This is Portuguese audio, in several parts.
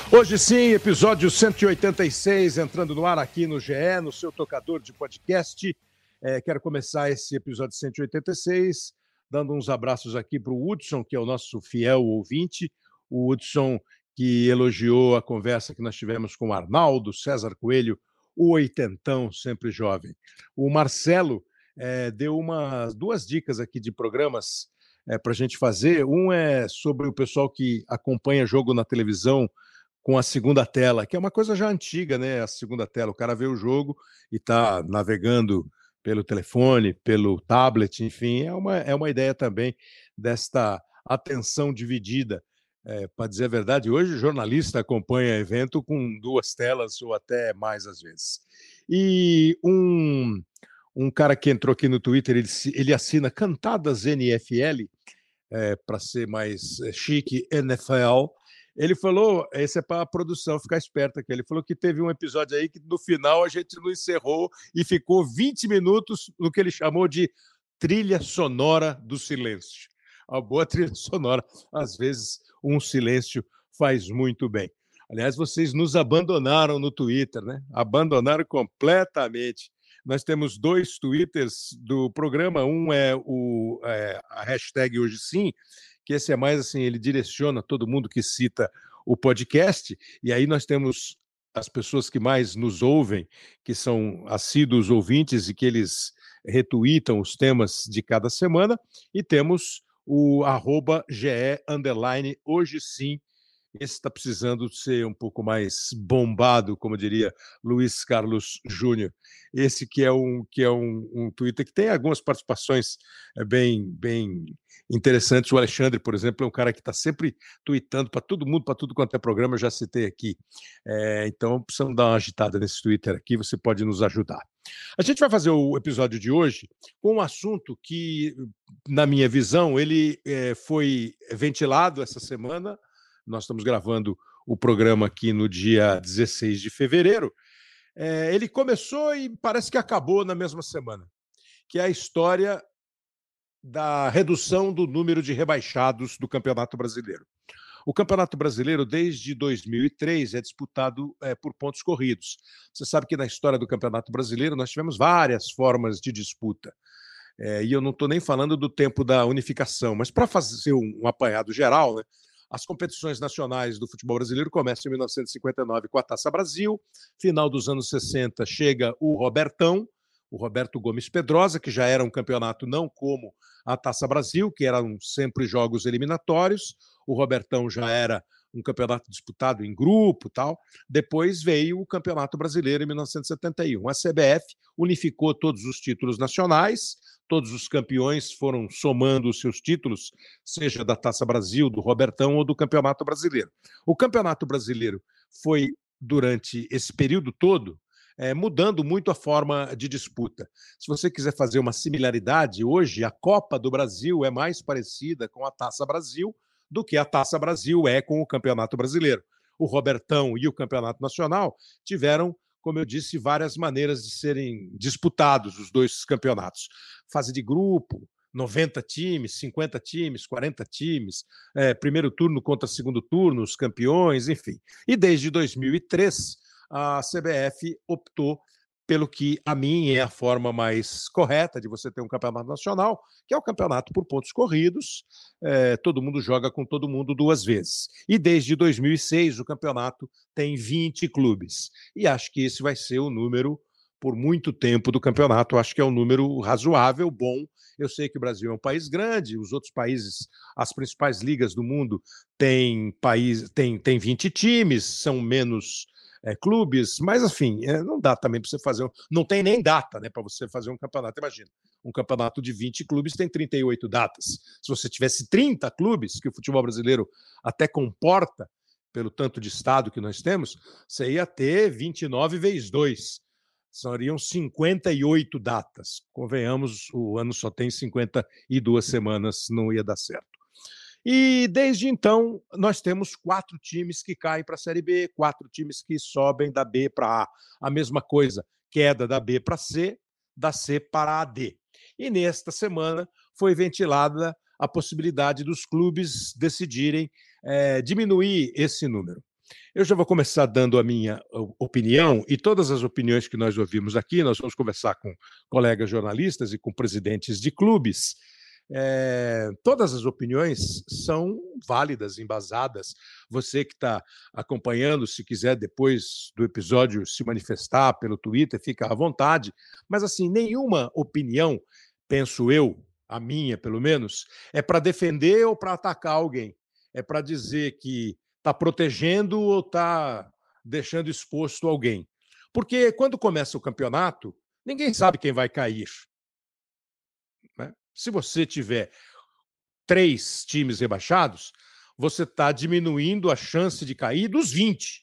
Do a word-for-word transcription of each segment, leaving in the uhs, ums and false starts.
Hoje sim, episódio cento e oitenta e seis, entrando no ar aqui no G E, no seu tocador de podcast. É, quero começar esse episódio cento e oitenta e seis dando uns abraços aqui para o Hudson, que é o nosso fiel ouvinte. O Hudson que elogiou a conversa que nós tivemos com o Arnaldo César Coelho, o oitentão, sempre jovem. O Marcelo é, deu umas duas dicas aqui de programas é, para a gente fazer. Um é sobre o pessoal que acompanha jogo na televisão com a segunda tela, que é uma coisa já antiga, né? A segunda tela, o cara vê o jogo e está navegando pelo telefone, pelo tablet, enfim, é uma, é uma ideia também desta atenção dividida. É, para dizer a verdade, hoje o jornalista acompanha evento com duas telas ou até mais às vezes. E um, um cara que entrou aqui no Twitter, ele, ele assina Cantadas N F L, é, para ser mais chique, N F L. Ele falou, esse é para a produção ficar esperta aqui, ele falou que teve um episódio aí que no final a gente não encerrou e ficou vinte minutos no que ele chamou de trilha sonora do silêncio. A boa trilha sonora, às vezes um silêncio faz muito bem. Aliás, vocês nos abandonaram no Twitter, né? Abandonaram completamente. Nós temos dois Twitters do programa, um é, o, é a hashtag Hoje Sim, que esse é mais assim, ele direciona todo mundo que cita o podcast, e aí nós temos as pessoas que mais nos ouvem, que são assíduos ouvintes e que eles retweetam os temas de cada semana, e temos o arroba GE underline Hoje Sim. Esse está precisando ser um pouco mais bombado, como diria Luiz Carlos Júnior. Esse que é um que é um, um Twitter que tem algumas participações é, bem, bem interessantes. O Alexandre, por exemplo, é um cara que está sempre tweetando para todo mundo, para tudo quanto é programa, eu já citei aqui. É, então, precisamos dar uma agitada nesse Twitter aqui, você pode nos ajudar. A gente vai fazer o episódio de hoje com um assunto que, na minha visão, ele é, foi ventilado essa semana. Nós estamos gravando o programa aqui no dia dezesseis de fevereiro. É, ele começou e parece que acabou na mesma semana, que é a história da redução do número de rebaixados do Campeonato Brasileiro. O Campeonato Brasileiro, desde dois mil e três, é disputado é, por pontos corridos. Você sabe que na história do Campeonato Brasileiro nós tivemos várias formas de disputa. É, e eu não estou nem falando do tempo da unificação, mas para fazer um, um apanhado geral, né? As competições nacionais do futebol brasileiro começam em mil novecentos e cinquenta e nove com a Taça Brasil. Final dos anos sessenta chega o Robertão, o Roberto Gomes Pedrosa, que já era um campeonato não como a Taça Brasil, que eram sempre jogos eliminatórios. O Robertão já era um campeonato disputado em grupo e tal. Depois veio o Campeonato Brasileiro em mil novecentos e setenta e um. A C B F unificou todos os títulos nacionais, todos os campeões foram somando os seus títulos, seja da Taça Brasil, do Robertão ou do Campeonato Brasileiro. O Campeonato Brasileiro foi, durante esse período todo, é, mudando muito a forma de disputa. Se você quiser fazer uma similaridade, hoje a Copa do Brasil é mais parecida com a Taça Brasil do que a Taça Brasil é com o Campeonato Brasileiro. O Robertão e o Campeonato Nacional tiveram, como eu disse, várias maneiras de serem disputados os dois campeonatos. Fase de grupo, noventa times, cinquenta times, quarenta times, é, primeiro turno contra segundo turno, os campeões, enfim. E desde dois mil e três, a C B F optou pelo que, a mim, é a forma mais correta de você ter um campeonato nacional, que é o campeonato por pontos corridos, é, todo mundo joga com todo mundo duas vezes. E desde dois mil e seis o campeonato tem vinte clubes. E acho que esse vai ser o número, por muito tempo, do campeonato. Acho que é um número razoável, bom. Eu sei que o Brasil é um país grande, os outros países, as principais ligas do mundo, têm, país, têm, têm vinte times, são menos... É, clubes, mas enfim, é, não dá também para você fazer, um, não tem nem data, né, para você fazer um campeonato. Imagina, um campeonato de vinte clubes tem trinta e oito datas. Se você tivesse trinta clubes, que o futebol brasileiro até comporta, pelo tanto de estado que nós temos, você ia ter vinte e nove vezes dois. Seriam cinquenta e oito datas. Convenhamos, o ano só tem cinquenta e duas semanas, não ia dar certo. E desde então, nós temos quatro times que caem para a Série B, quatro times que sobem da B para A. A mesma coisa, queda da B para C, da C para a D. E nesta semana foi ventilada a possibilidade dos clubes decidirem é, diminuir esse número. Eu já vou começar dando a minha opinião, e todas as opiniões que nós ouvimos aqui, nós vamos conversar com colegas jornalistas e com presidentes de clubes. É, todas as opiniões são válidas, embasadas. Você que está acompanhando, se quiser depois do episódio se manifestar pelo Twitter, fica à vontade. Mas, assim, nenhuma opinião, penso eu, a minha pelo menos, é para defender ou para atacar alguém. É para dizer que está protegendo ou está deixando exposto alguém. Porque quando começa o campeonato, ninguém sabe quem vai cair. Né? Se você tiver três times rebaixados, você está diminuindo a chance de cair dos vinte.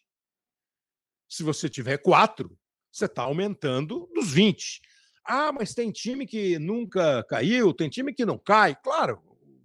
Se você tiver quatro, você está aumentando dos vinte. Ah, mas tem time que nunca caiu, tem time que não cai. Claro,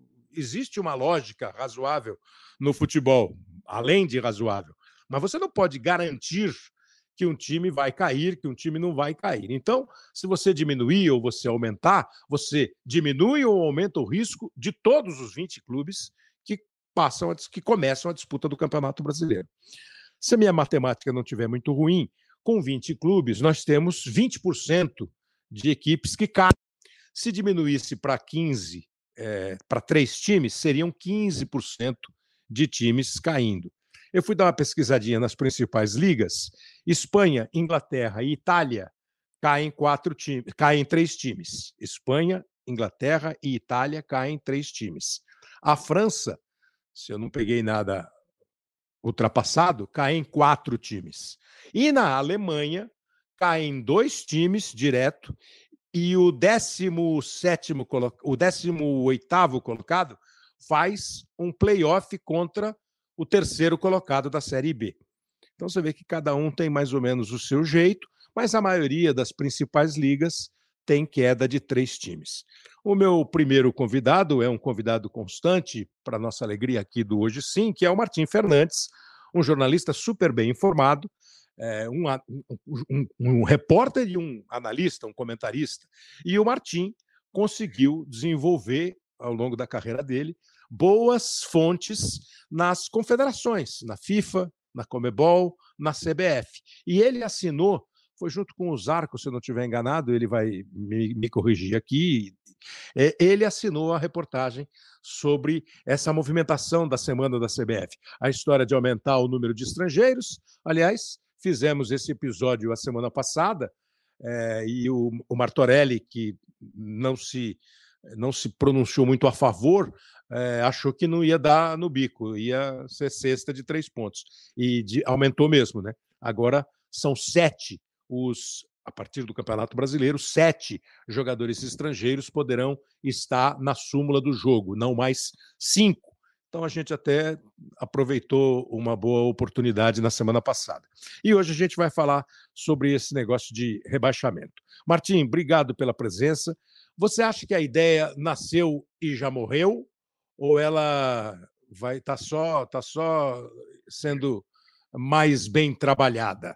existe uma lógica razoável no futebol, além de razoável. Mas você não pode garantir que um time vai cair, que um time não vai cair. Então, se você diminuir ou você aumentar, você diminui ou aumenta o risco de todos os vinte clubes que passam, a, que começam a disputa do Campeonato Brasileiro. Se a minha matemática não estiver muito ruim, com vinte clubes, nós temos vinte por cento de equipes que caem. Se diminuísse para quinze, é, para três times, seriam quinze por cento de times caindo. Eu fui dar uma pesquisadinha nas principais ligas. Espanha, Inglaterra e Itália caem quatro times, caem três times. Espanha, Inglaterra e Itália caem três times. A França, se eu não peguei nada ultrapassado, caem quatro times. E na Alemanha caem dois times direto. E o décimo sétimo, o décimo oitavo colocado faz um play-off contra o terceiro colocado da Série B. Então você vê que cada um tem mais ou menos o seu jeito, mas a maioria das principais ligas tem queda de três times. O meu primeiro convidado é um convidado constante, para nossa alegria aqui do Hoje Sim, que é o Martim Fernandes, um jornalista super bem informado, É, um, um, um, um repórter e um analista, um comentarista. E o Martim conseguiu desenvolver, ao longo da carreira dele, boas fontes nas confederações, na FIFA, na Comebol, na C B F. E ele assinou, foi junto com o Zarco, se eu não estiver enganado, ele vai me, me corrigir aqui, é, ele assinou a reportagem sobre essa movimentação da semana da C B F. A história de aumentar o número de estrangeiros, aliás, fizemos esse episódio a semana passada, é, e o, o Martorelli, que não se, não se pronunciou muito a favor, é, achou que não ia dar no bico, ia ser cesta de três pontos. E de, aumentou mesmo, né? Agora são sete os, a partir do Campeonato Brasileiro, sete jogadores estrangeiros poderão estar na súmula do jogo, não mais cinco. Então, a gente até aproveitou uma boa oportunidade na semana passada. E hoje a gente vai falar sobre esse negócio de rebaixamento. Martim, obrigado pela presença. Você acha que a ideia nasceu e já morreu? Ou ela vai estar tá só, tá só sendo mais bem trabalhada?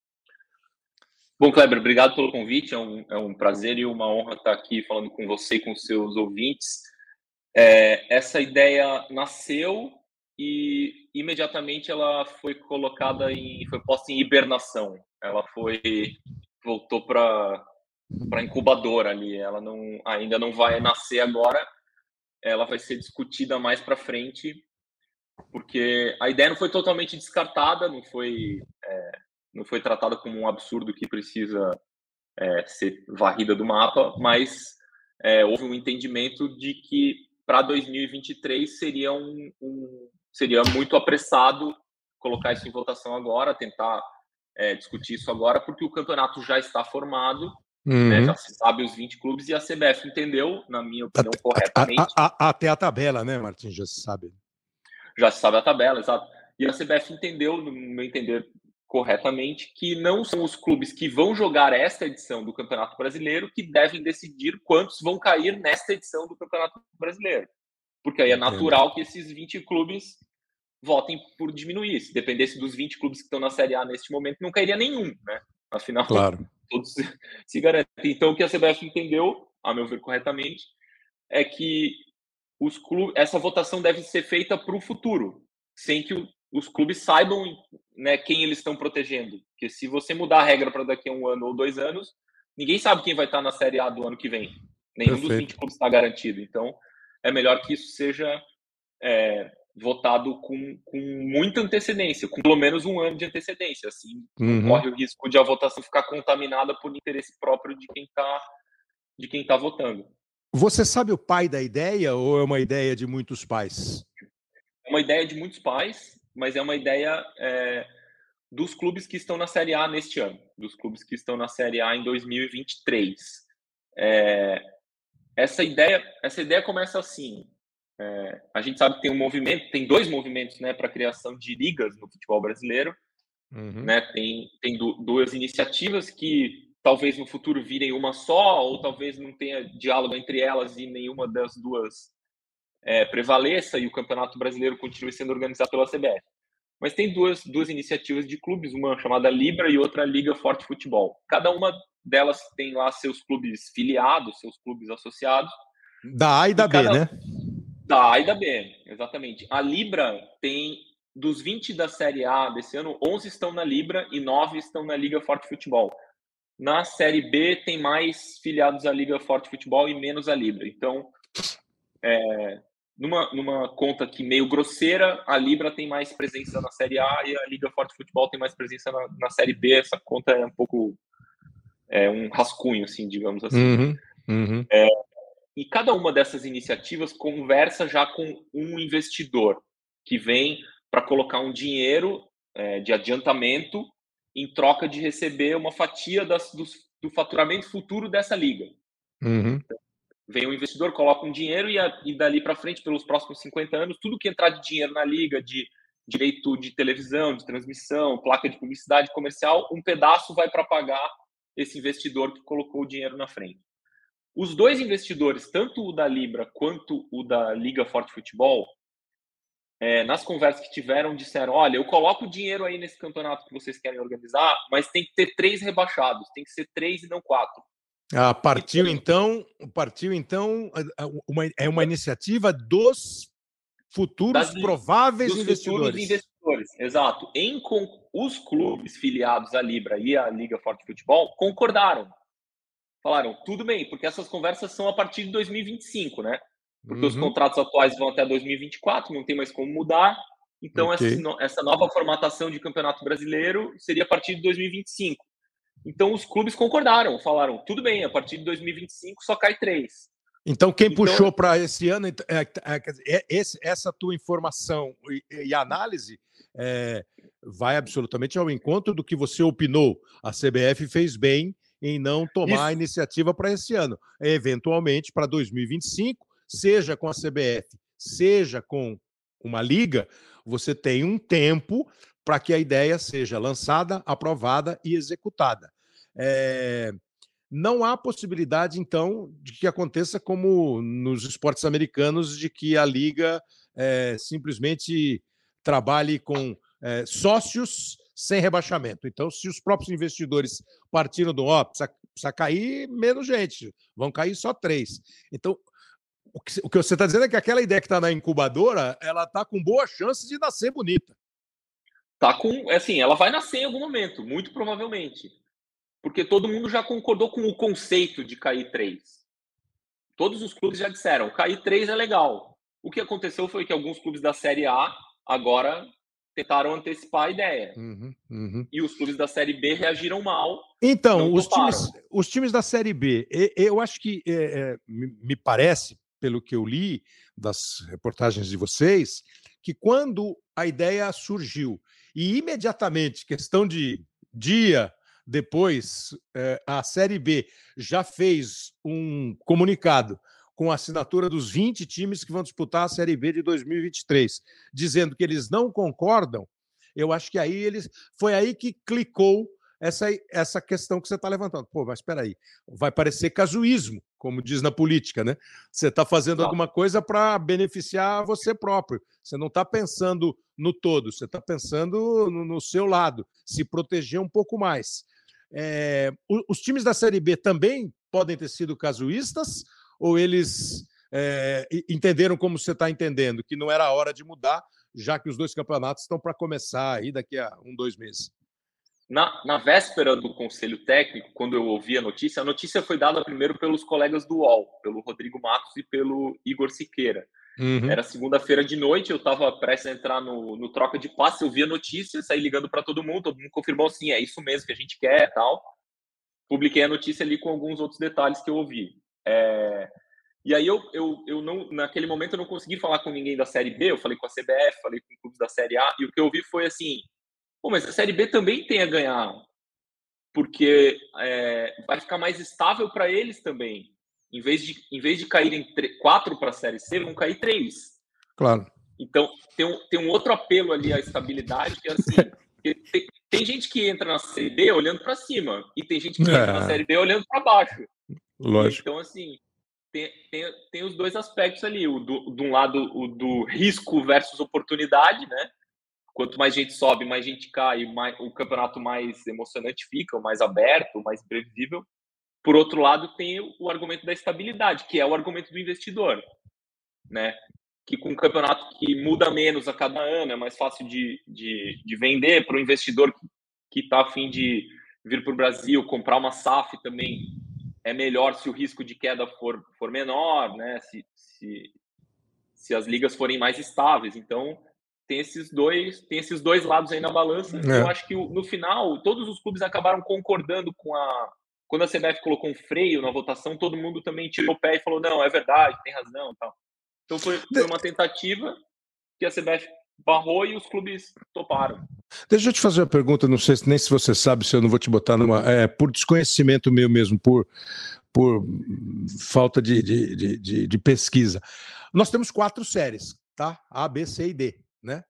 Bom, Kleber, obrigado pelo convite. É um, é um prazer e uma honra estar aqui falando com você e com seus ouvintes. É, essa ideia nasceu e imediatamente ela foi colocada em, foi posta em hibernação. Ela foi voltou para para incubadora ali. Ela não ainda não vai nascer agora. Ela vai ser discutida mais para frente, porque a ideia não foi totalmente descartada, não foi é, não foi tratada como um absurdo que precisa é, ser varrida do mapa, mas é, houve um entendimento de que para dois mil e vinte e três seria, um, um, seria muito apressado colocar isso em votação agora, tentar é, discutir isso agora, porque o campeonato já está formado, uhum. né, já se sabe os vinte clubes, e a C B F entendeu, na minha opinião, até, corretamente. A, a, a, até a tabela, né, Martim? Já se sabe. Já se sabe a tabela, exato. E a C B F entendeu, no meu entender, corretamente, que não são os clubes que vão jogar esta edição do Campeonato Brasileiro que devem decidir quantos vão cair nesta edição do Campeonato Brasileiro. Porque aí é natural que esses vinte clubes votem por diminuir. Se dependesse dos vinte clubes que estão na Série A neste momento, não cairia nenhum, né? Afinal, claro. todos se garantem. Então, o que a C B F entendeu, a meu ver corretamente, é que os clubes, essa votação deve ser feita para o futuro, sem que o os clubes saibam, né, quem eles estão protegendo. Porque se você mudar a regra para daqui a um ano ou dois anos, ninguém sabe quem vai estar na Série A do ano que vem. Nenhum Perfeito. dos vinte clubes está garantido. Então, é melhor que isso seja é, votado com, com muita antecedência, com pelo menos um ano de antecedência. Assim, não Uhum. corre o risco de a votação ficar contaminada por interesse próprio de quem está de quem tá votando. Você sabe o pai da ideia ou é uma ideia de muitos pais? É uma ideia de muitos pais, mas é uma ideia é, dos clubes que estão na Série A neste ano, dos clubes que estão na Série A em dois mil e vinte e três. É, essa ideia, essa ideia começa assim. É, a gente sabe que tem um movimento, tem dois movimentos, né, para a criação de ligas no futebol brasileiro. Uhum. Né? Tem, tem duas iniciativas que talvez no futuro virem uma só, ou talvez não tenha diálogo entre elas e nenhuma das duas é, prevaleça e o Campeonato Brasileiro continue sendo organizado pela C B F. Mas tem duas, duas iniciativas de clubes, uma chamada Libra e outra Liga Forte Futebol. Cada uma delas tem lá seus clubes filiados, seus clubes associados. Da A e da e cada... B, né? Da A e da B, exatamente. A Libra tem, dos vinte da Série A desse ano, onze estão na Libra e nove estão na Liga Forte Futebol. Na Série B tem mais filiados à Liga Forte Futebol e menos à Libra. Então, é, numa, numa conta aqui meio grosseira, a Libra tem mais presença na Série A e a Liga Forte Futebol tem mais presença na, na Série B. Essa conta é um pouco é, um rascunho, assim, digamos assim. Uhum, uhum. É, e cada uma dessas iniciativas conversa já com um investidor que vem para colocar um dinheiro é, de adiantamento em troca de receber uma fatia das, do, do faturamento futuro dessa liga. Uhum. Então, vem um investidor, coloca um dinheiro e, a, e dali para frente, pelos próximos cinquenta anos, tudo que entrar de dinheiro na liga, de direito de televisão, de transmissão, placa de publicidade comercial, um pedaço vai para pagar esse investidor que colocou o dinheiro na frente. Os dois investidores, tanto o da Libra quanto o da Liga Forte Futebol, é, nas conversas que tiveram, disseram: olha, eu coloco dinheiro aí nesse campeonato que vocês querem organizar, mas tem que ter três rebaixados, tem que ser três e não quatro. Ah, partiu então, então, partiu então uma, é uma iniciativa dos futuros das, prováveis dos investidores. Futuros investidores, exato. Em com, os clubes filiados à Libra e à Liga Forte Futebol concordaram. Falaram, tudo bem, porque essas conversas são a partir de dois mil e vinte e cinco, né? Porque uhum. os contratos atuais vão até dois mil e vinte e quatro, não tem mais como mudar. Então, okay. essa, essa nova formatação de Campeonato Brasileiro seria a partir de dois mil e vinte e cinco. Então, os clubes concordaram, falaram, tudo bem, a partir de dois mil e vinte e cinco só cai três. Então, quem então, puxou para esse ano, é, é, é, esse, essa tua informação e, e análise é, vai absolutamente ao encontro do que você opinou. A C B F fez bem em não tomar Isso. a iniciativa para esse ano. Eventualmente, para dois mil e vinte e cinco, seja com a C B F, seja com uma liga, você tem um tempo para que a ideia seja lançada, aprovada e executada. É... Não há possibilidade, então, de que aconteça como nos esportes americanos, de que a liga é, simplesmente trabalhe com é, sócios sem rebaixamento. Então, se os próprios investidores partiram do ó, precisa, precisa cair menos gente, vão cair só três. Então, o que, o que você está dizendo é que aquela ideia que está na incubadora, ela está com boa chance de nascer bonita. Tá com, assim, ela vai nascer em algum momento, muito provavelmente. Porque todo mundo já concordou com o conceito de cair três. Todos os clubes já disseram, cair três é legal. O que aconteceu foi que alguns clubes da Série A agora tentaram antecipar a ideia. Uhum, uhum. E os clubes da Série B reagiram mal. Então, os times, os times da Série B, eu acho que, é, é, me parece, pelo que eu li das reportagens de vocês, que quando a ideia surgiu e imediatamente, questão de dia depois, a Série B já fez um comunicado com a assinatura dos vinte times que vão disputar a Série B de dois mil e vinte e três, dizendo que eles não concordam. Eu acho que aí eles foi aí que clicou essa, essa questão que você está levantando. Pô, mas espera aí, vai parecer casuísmo, como diz na política, né? Você está fazendo alguma coisa para beneficiar você próprio. Você não está pensando no todo, você está pensando no, no seu lado, se proteger um pouco mais. É, os times da Série B também podem ter sido casuístas ou eles é, entenderam como você está entendendo, que não era a hora de mudar, já que os dois campeonatos estão para começar aí daqui a um, dois meses? Na, na véspera do Conselho Técnico, quando eu ouvi a notícia, a notícia foi dada primeiro pelos colegas do U O L, pelo Rodrigo Matos e pelo Igor Siqueira. Uhum. Era segunda-feira de noite, eu estava prestes a entrar no, no troca de passe, eu vi a notícia, saí ligando para todo mundo, todo mundo confirmou assim, é isso mesmo que a gente quer e tal. Publiquei a notícia ali com alguns outros detalhes que eu ouvi. É... E aí eu, eu, eu não, naquele momento eu não consegui falar com ninguém da Série B, eu falei com a C B F, falei com clubes da Série A, e o que eu ouvi foi assim, pô, mas a Série B também tem a ganhar, porque é, vai ficar mais estável para eles também. Em vez de, em vez de caírem quatro para a Série C, vão cair três. Claro. Então, tem um, tem um outro apelo ali à estabilidade, que é assim, tem, tem gente que entra na Série B olhando para cima, e tem gente que é. entra na Série B olhando para baixo. Lógico. Então, assim, tem, tem, tem os dois aspectos ali, o do, de um lado, o do risco versus oportunidade, né? Quanto mais gente sobe, mais gente cai, mais, o campeonato mais emocionante fica, mais aberto, mais previsível. Por outro lado, tem o, o argumento da estabilidade, que é o argumento do investidor, né? Que com um campeonato que muda menos a cada ano, é mais fácil de, de, de vender para o investidor que está a fim de vir para o Brasil, comprar uma S A F também é melhor se o risco de queda for, for menor, né? Se, se, se as ligas forem mais estáveis. Então, tem esses dois, tem esses dois lados aí na balança. É. Eu acho que no final, todos os clubes acabaram concordando com a... Quando a C B F colocou um freio na votação, todo mundo também tirou o pé e falou, não, é verdade, tem razão e tal. Então foi, foi uma tentativa que a C B F barrou e os clubes toparam. Deixa eu te fazer uma pergunta, não sei nem se você sabe, se eu não vou te botar numa... É, por desconhecimento meu mesmo, por, por falta de, de, de, de, de pesquisa. Nós temos quatro séries, tá? A, B, C e D, né?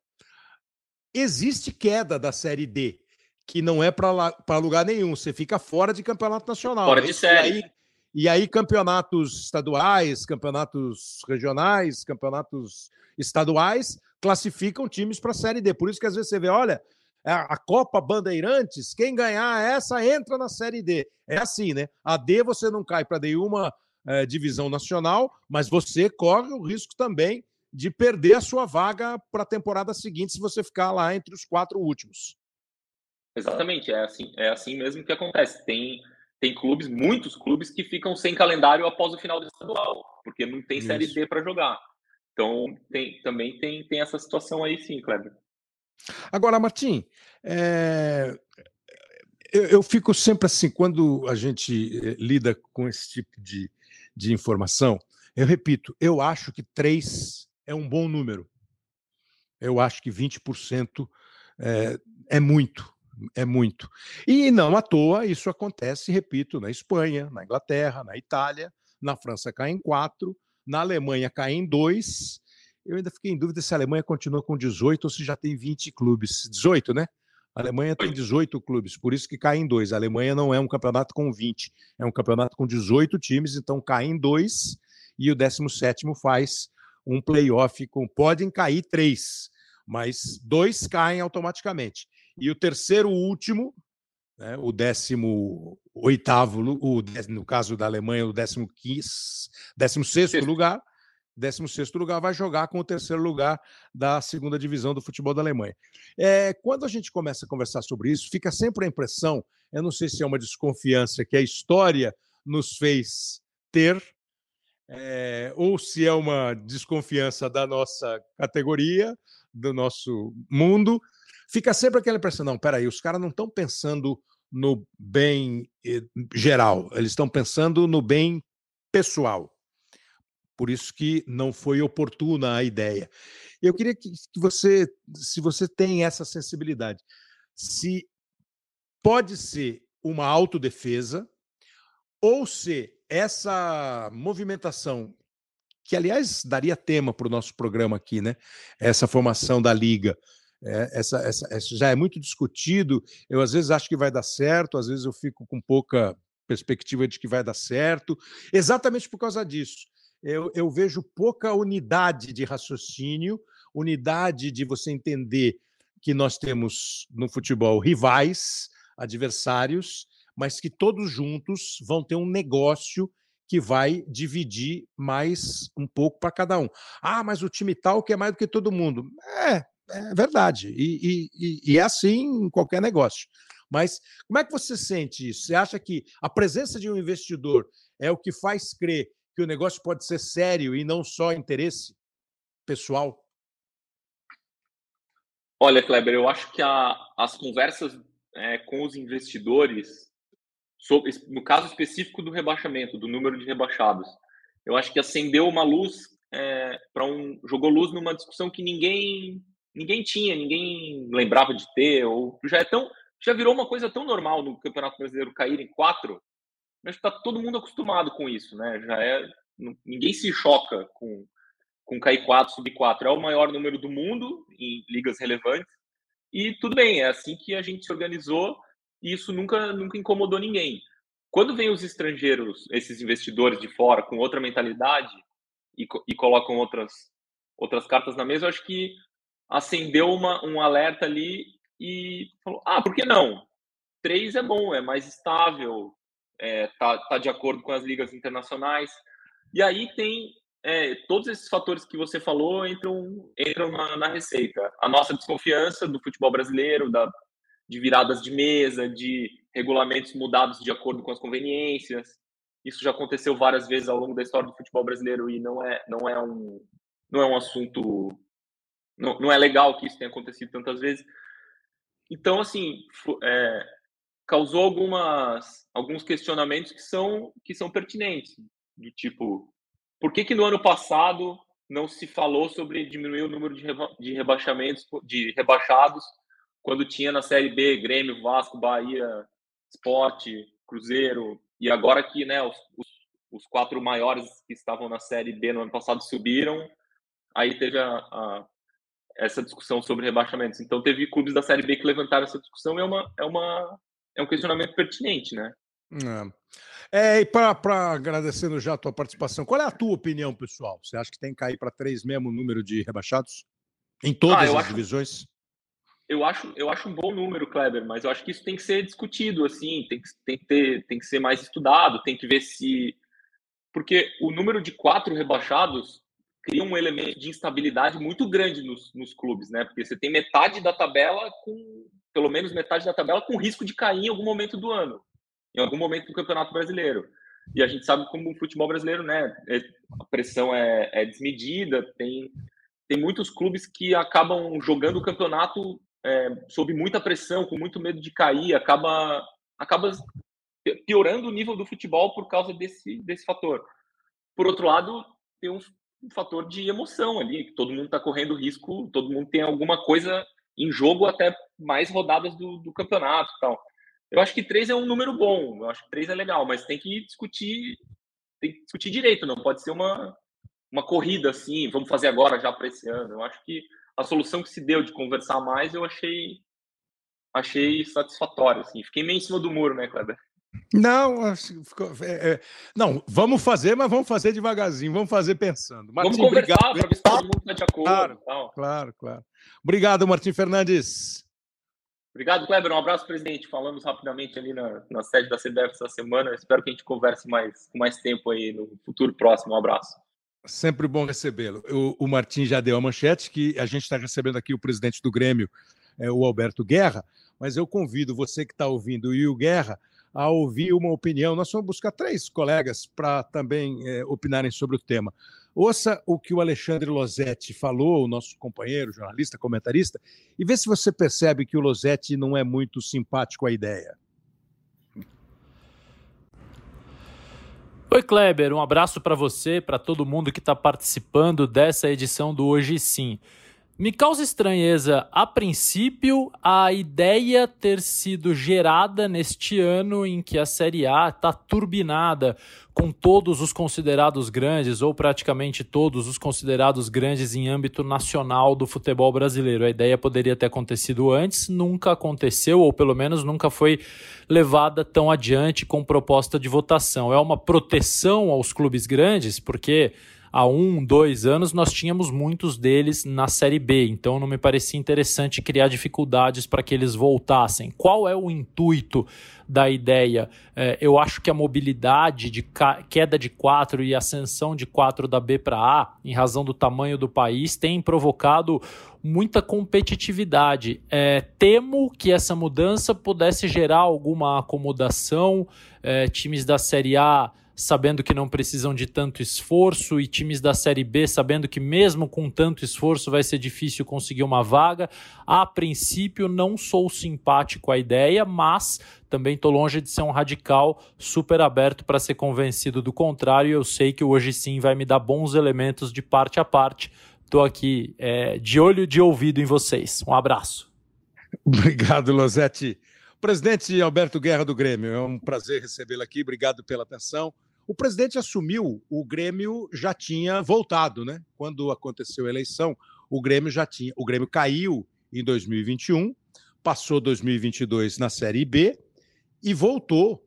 Existe queda da série D, que não é para lugar nenhum, você fica fora de campeonato nacional. Fora de série. E aí, e aí campeonatos estaduais, campeonatos regionais, campeonatos estaduais classificam times para a série D. Por isso que às vezes você vê, olha, a Copa Bandeirantes, quem ganhar essa entra na série D. É assim, né? A D você não cai para nenhuma é, divisão nacional, mas você corre o risco também de perder a sua vaga para a temporada seguinte se você ficar lá entre os quatro últimos. Exatamente, é assim, é assim mesmo que acontece. Tem, tem clubes, muitos clubes, que ficam sem calendário após o final do estadual, porque não tem Isso. Série D para jogar. Então, tem, também tem, tem essa situação aí sim, Kleber. Agora, Martim, é... eu, eu fico sempre assim, quando a gente lida com esse tipo de, de informação, eu repito, eu acho que três é um bom número. Eu acho que vinte por cento é, é muito, é muito. E não à toa isso acontece, repito, na Espanha, na Inglaterra, na Itália, na França cai em quatro, na Alemanha cai em dois. Eu ainda fiquei em dúvida se a Alemanha continua com dezoito ou se já tem vinte clubes. dezoito, né? A Alemanha tem dezoito clubes, por isso que cai em dois. A Alemanha não é um campeonato com vinte, é um campeonato com dezoito times, então cai em dois e o décimo sétimo faz um play-off com... Podem cair três, mas dois caem automaticamente. E o terceiro último, né, o décimo oitavo, o, no caso da Alemanha, o décimo quinto, décimo sexto lugar, décimo sexto lugar vai jogar com o terceiro lugar da segunda divisão do futebol da Alemanha. É, quando a gente começa a conversar sobre isso, fica sempre a impressão, eu não sei se é uma desconfiança que a história nos fez ter, É, ou se é uma desconfiança da nossa categoria, do nosso mundo, fica sempre aquela impressão, não, peraí, os caras não estão pensando no bem geral, eles estão pensando no bem pessoal. Por isso que não foi oportuna a ideia. Eu queria que, que você, se você tem essa sensibilidade, se pode ser uma autodefesa ou se essa movimentação, que, aliás, daria tema para o nosso programa aqui, né? Essa formação da Liga, é, essa, essa, essa já é muito discutido. Eu, às vezes, acho que vai dar certo, às vezes eu fico com pouca perspectiva de que vai dar certo, exatamente por causa disso. Eu, eu vejo pouca unidade de raciocínio, unidade de você entender que nós temos no futebol rivais, adversários, mas que todos juntos vão ter um negócio que vai dividir mais um pouco para cada um. Ah, mas o time tal quer mais do que todo mundo. É, é verdade. E, e, e é assim em qualquer negócio. Mas como é que você sente isso? Você acha que a presença de um investidor é o que faz crer que o negócio pode ser sério e não só interesse pessoal? Olha, Kleber, eu acho que a, as conversas é, com os investidores, sobre, no caso específico do rebaixamento, do número de rebaixados, eu acho que acendeu uma luz é, para um, jogou luz numa discussão que ninguém ninguém tinha, ninguém lembrava de ter, ou já é tão, já virou uma coisa tão normal no Campeonato Brasileiro cair em quatro. Acho que está todo mundo acostumado com isso, né? Já é, ninguém se choca com com cair quatro, subir quatro. É o maior número do mundo em ligas relevantes. E tudo bem, é assim que a gente se organizou e isso nunca, nunca incomodou ninguém. Quando vem os estrangeiros, esses investidores de fora, com outra mentalidade e, e colocam outras, outras cartas na mesa, eu acho que acendeu uma, um alerta ali e falou, ah, por que não? Três é bom, é mais estável, é, tá, tá de acordo com as ligas internacionais. E aí tem é, todos esses fatores que você falou entram, entram na, na receita. A nossa desconfiança do futebol brasileiro, da, de viradas de mesa, de regulamentos mudados de acordo com as conveniências. Isso já aconteceu várias vezes ao longo da história do futebol brasileiro e não é, não é, um, não é um assunto... Não, não é legal que isso tenha acontecido tantas vezes. Então, assim, é, causou algumas, alguns questionamentos que são, que são pertinentes. Do tipo, por que que no ano passado não se falou sobre diminuir o número de, reba de rebaixamentos, de rebaixados, quando tinha na Série B Grêmio, Vasco, Bahia, Sport, Cruzeiro, e agora que, né, os, os, os quatro maiores que estavam na Série B no ano passado subiram, aí teve a, a, essa discussão sobre rebaixamentos. Então teve clubes da Série B que levantaram essa discussão e é uma, é uma é um questionamento pertinente, né? É, e para agradecendo já a tua participação, qual é a tua opinião, pessoal? Você acha que tem que cair para três mesmo o número de rebaixados? Em todas ah, as acho, divisões? Eu acho, eu acho um bom número, Kleber, mas eu acho que isso tem que ser discutido, assim, tem que, tem que, ter, tem que ser mais estudado, tem que ver se... Porque o número de quatro rebaixados cria um elemento de instabilidade muito grande nos, nos clubes, né? Porque você tem metade da tabela com... pelo menos metade da tabela com risco de cair em algum momento do ano, em algum momento do Campeonato Brasileiro. E a gente sabe como o futebol brasileiro, né, a pressão é, é desmedida, tem, tem muitos clubes que acabam jogando o campeonato é, sob muita pressão, com muito medo de cair, acaba, acaba piorando o nível do futebol por causa desse, desse fator. Por outro lado, tem um, um fator de emoção ali, que todo mundo está correndo risco, todo mundo tem alguma coisa em jogo até mais rodadas do, do campeonato e tal. Eu acho que três é um número bom, eu acho que três é legal, mas tem que discutir, tem que discutir direito, não pode ser uma, uma corrida assim, vamos fazer agora já para esse ano. Eu acho que a solução que se deu de conversar mais, eu achei, achei satisfatória, assim. Fiquei meio em cima do muro, né, Kleber? Não, ficou, é, é, não, vamos fazer, mas vamos fazer devagarzinho, vamos fazer pensando. Martim, vamos conversar para ver se todo mundo está de acordo. Claro, tal. claro, claro. Obrigado, Martim Fernandes. Obrigado, Kleber. Um abraço, presidente. Falamos rapidamente ali na, na sede da C B F essa semana. Espero que a gente converse mais, com mais tempo aí no futuro próximo. Um abraço. Sempre bom recebê-lo. O, o Martim já deu a manchete que a gente está recebendo aqui o presidente do Grêmio, é, o Alberto Guerra, mas eu convido você que está ouvindo e o Guerra a ouvir uma opinião. Nós vamos buscar três colegas para também é, opinarem sobre o tema. Ouça o que o Alexandre Losetti falou, o nosso companheiro, jornalista, comentarista, e vê se você percebe que o Losetti não é muito simpático à ideia. Oi, Kleber, um abraço para você, para todo mundo que está participando dessa edição do Hoje Sim. Me causa estranheza, a princípio, a ideia ter sido gerada neste ano em que a Série A está turbinada com todos os considerados grandes, ou praticamente todos os considerados grandes em âmbito nacional do futebol brasileiro. A ideia poderia ter acontecido antes, nunca aconteceu, ou pelo menos nunca foi levada tão adiante com proposta de votação. É uma proteção aos clubes grandes, porque há um, dois anos, nós tínhamos muitos deles na Série B, então não me parecia interessante criar dificuldades para que eles voltassem. Qual é o intuito da ideia? É, eu acho que a mobilidade de ca- queda de quatro e ascensão de quatro da B para A, em razão do tamanho do país, tem provocado muita competitividade. É, temo que essa mudança pudesse gerar alguma acomodação, é, times da Série A sabendo que não precisam de tanto esforço e times da Série B sabendo que mesmo com tanto esforço vai ser difícil conseguir uma vaga. A princípio não sou simpático à ideia, mas também estou longe de ser um radical super aberto para ser convencido do contrário. Eu sei que Hoje Sim vai me dar bons elementos de parte a parte. Estou aqui é, de olho e de ouvido em vocês. Um abraço. Obrigado, Losetti. Presidente Alberto Guerra do Grêmio, é um prazer recebê-lo aqui. Obrigado pela atenção. O presidente assumiu, o Grêmio já tinha voltado, né? Quando aconteceu a eleição, o Grêmio já tinha. O Grêmio caiu em dois mil e vinte e um, passou dois mil e vinte e dois na Série B e voltou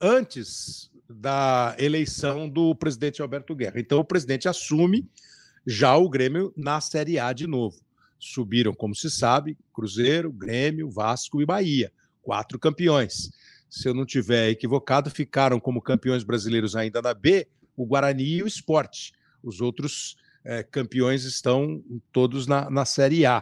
antes da eleição do presidente Alberto Guerra. Então, o presidente assume já o Grêmio na Série A de novo. Subiram, como se sabe, Cruzeiro, Grêmio, Vasco e Bahia. Quatro campeões. Se eu não estiver equivocado, ficaram como campeões brasileiros ainda na B, o Guarani e o Sport. Os outros é, campeões estão todos na, na Série A.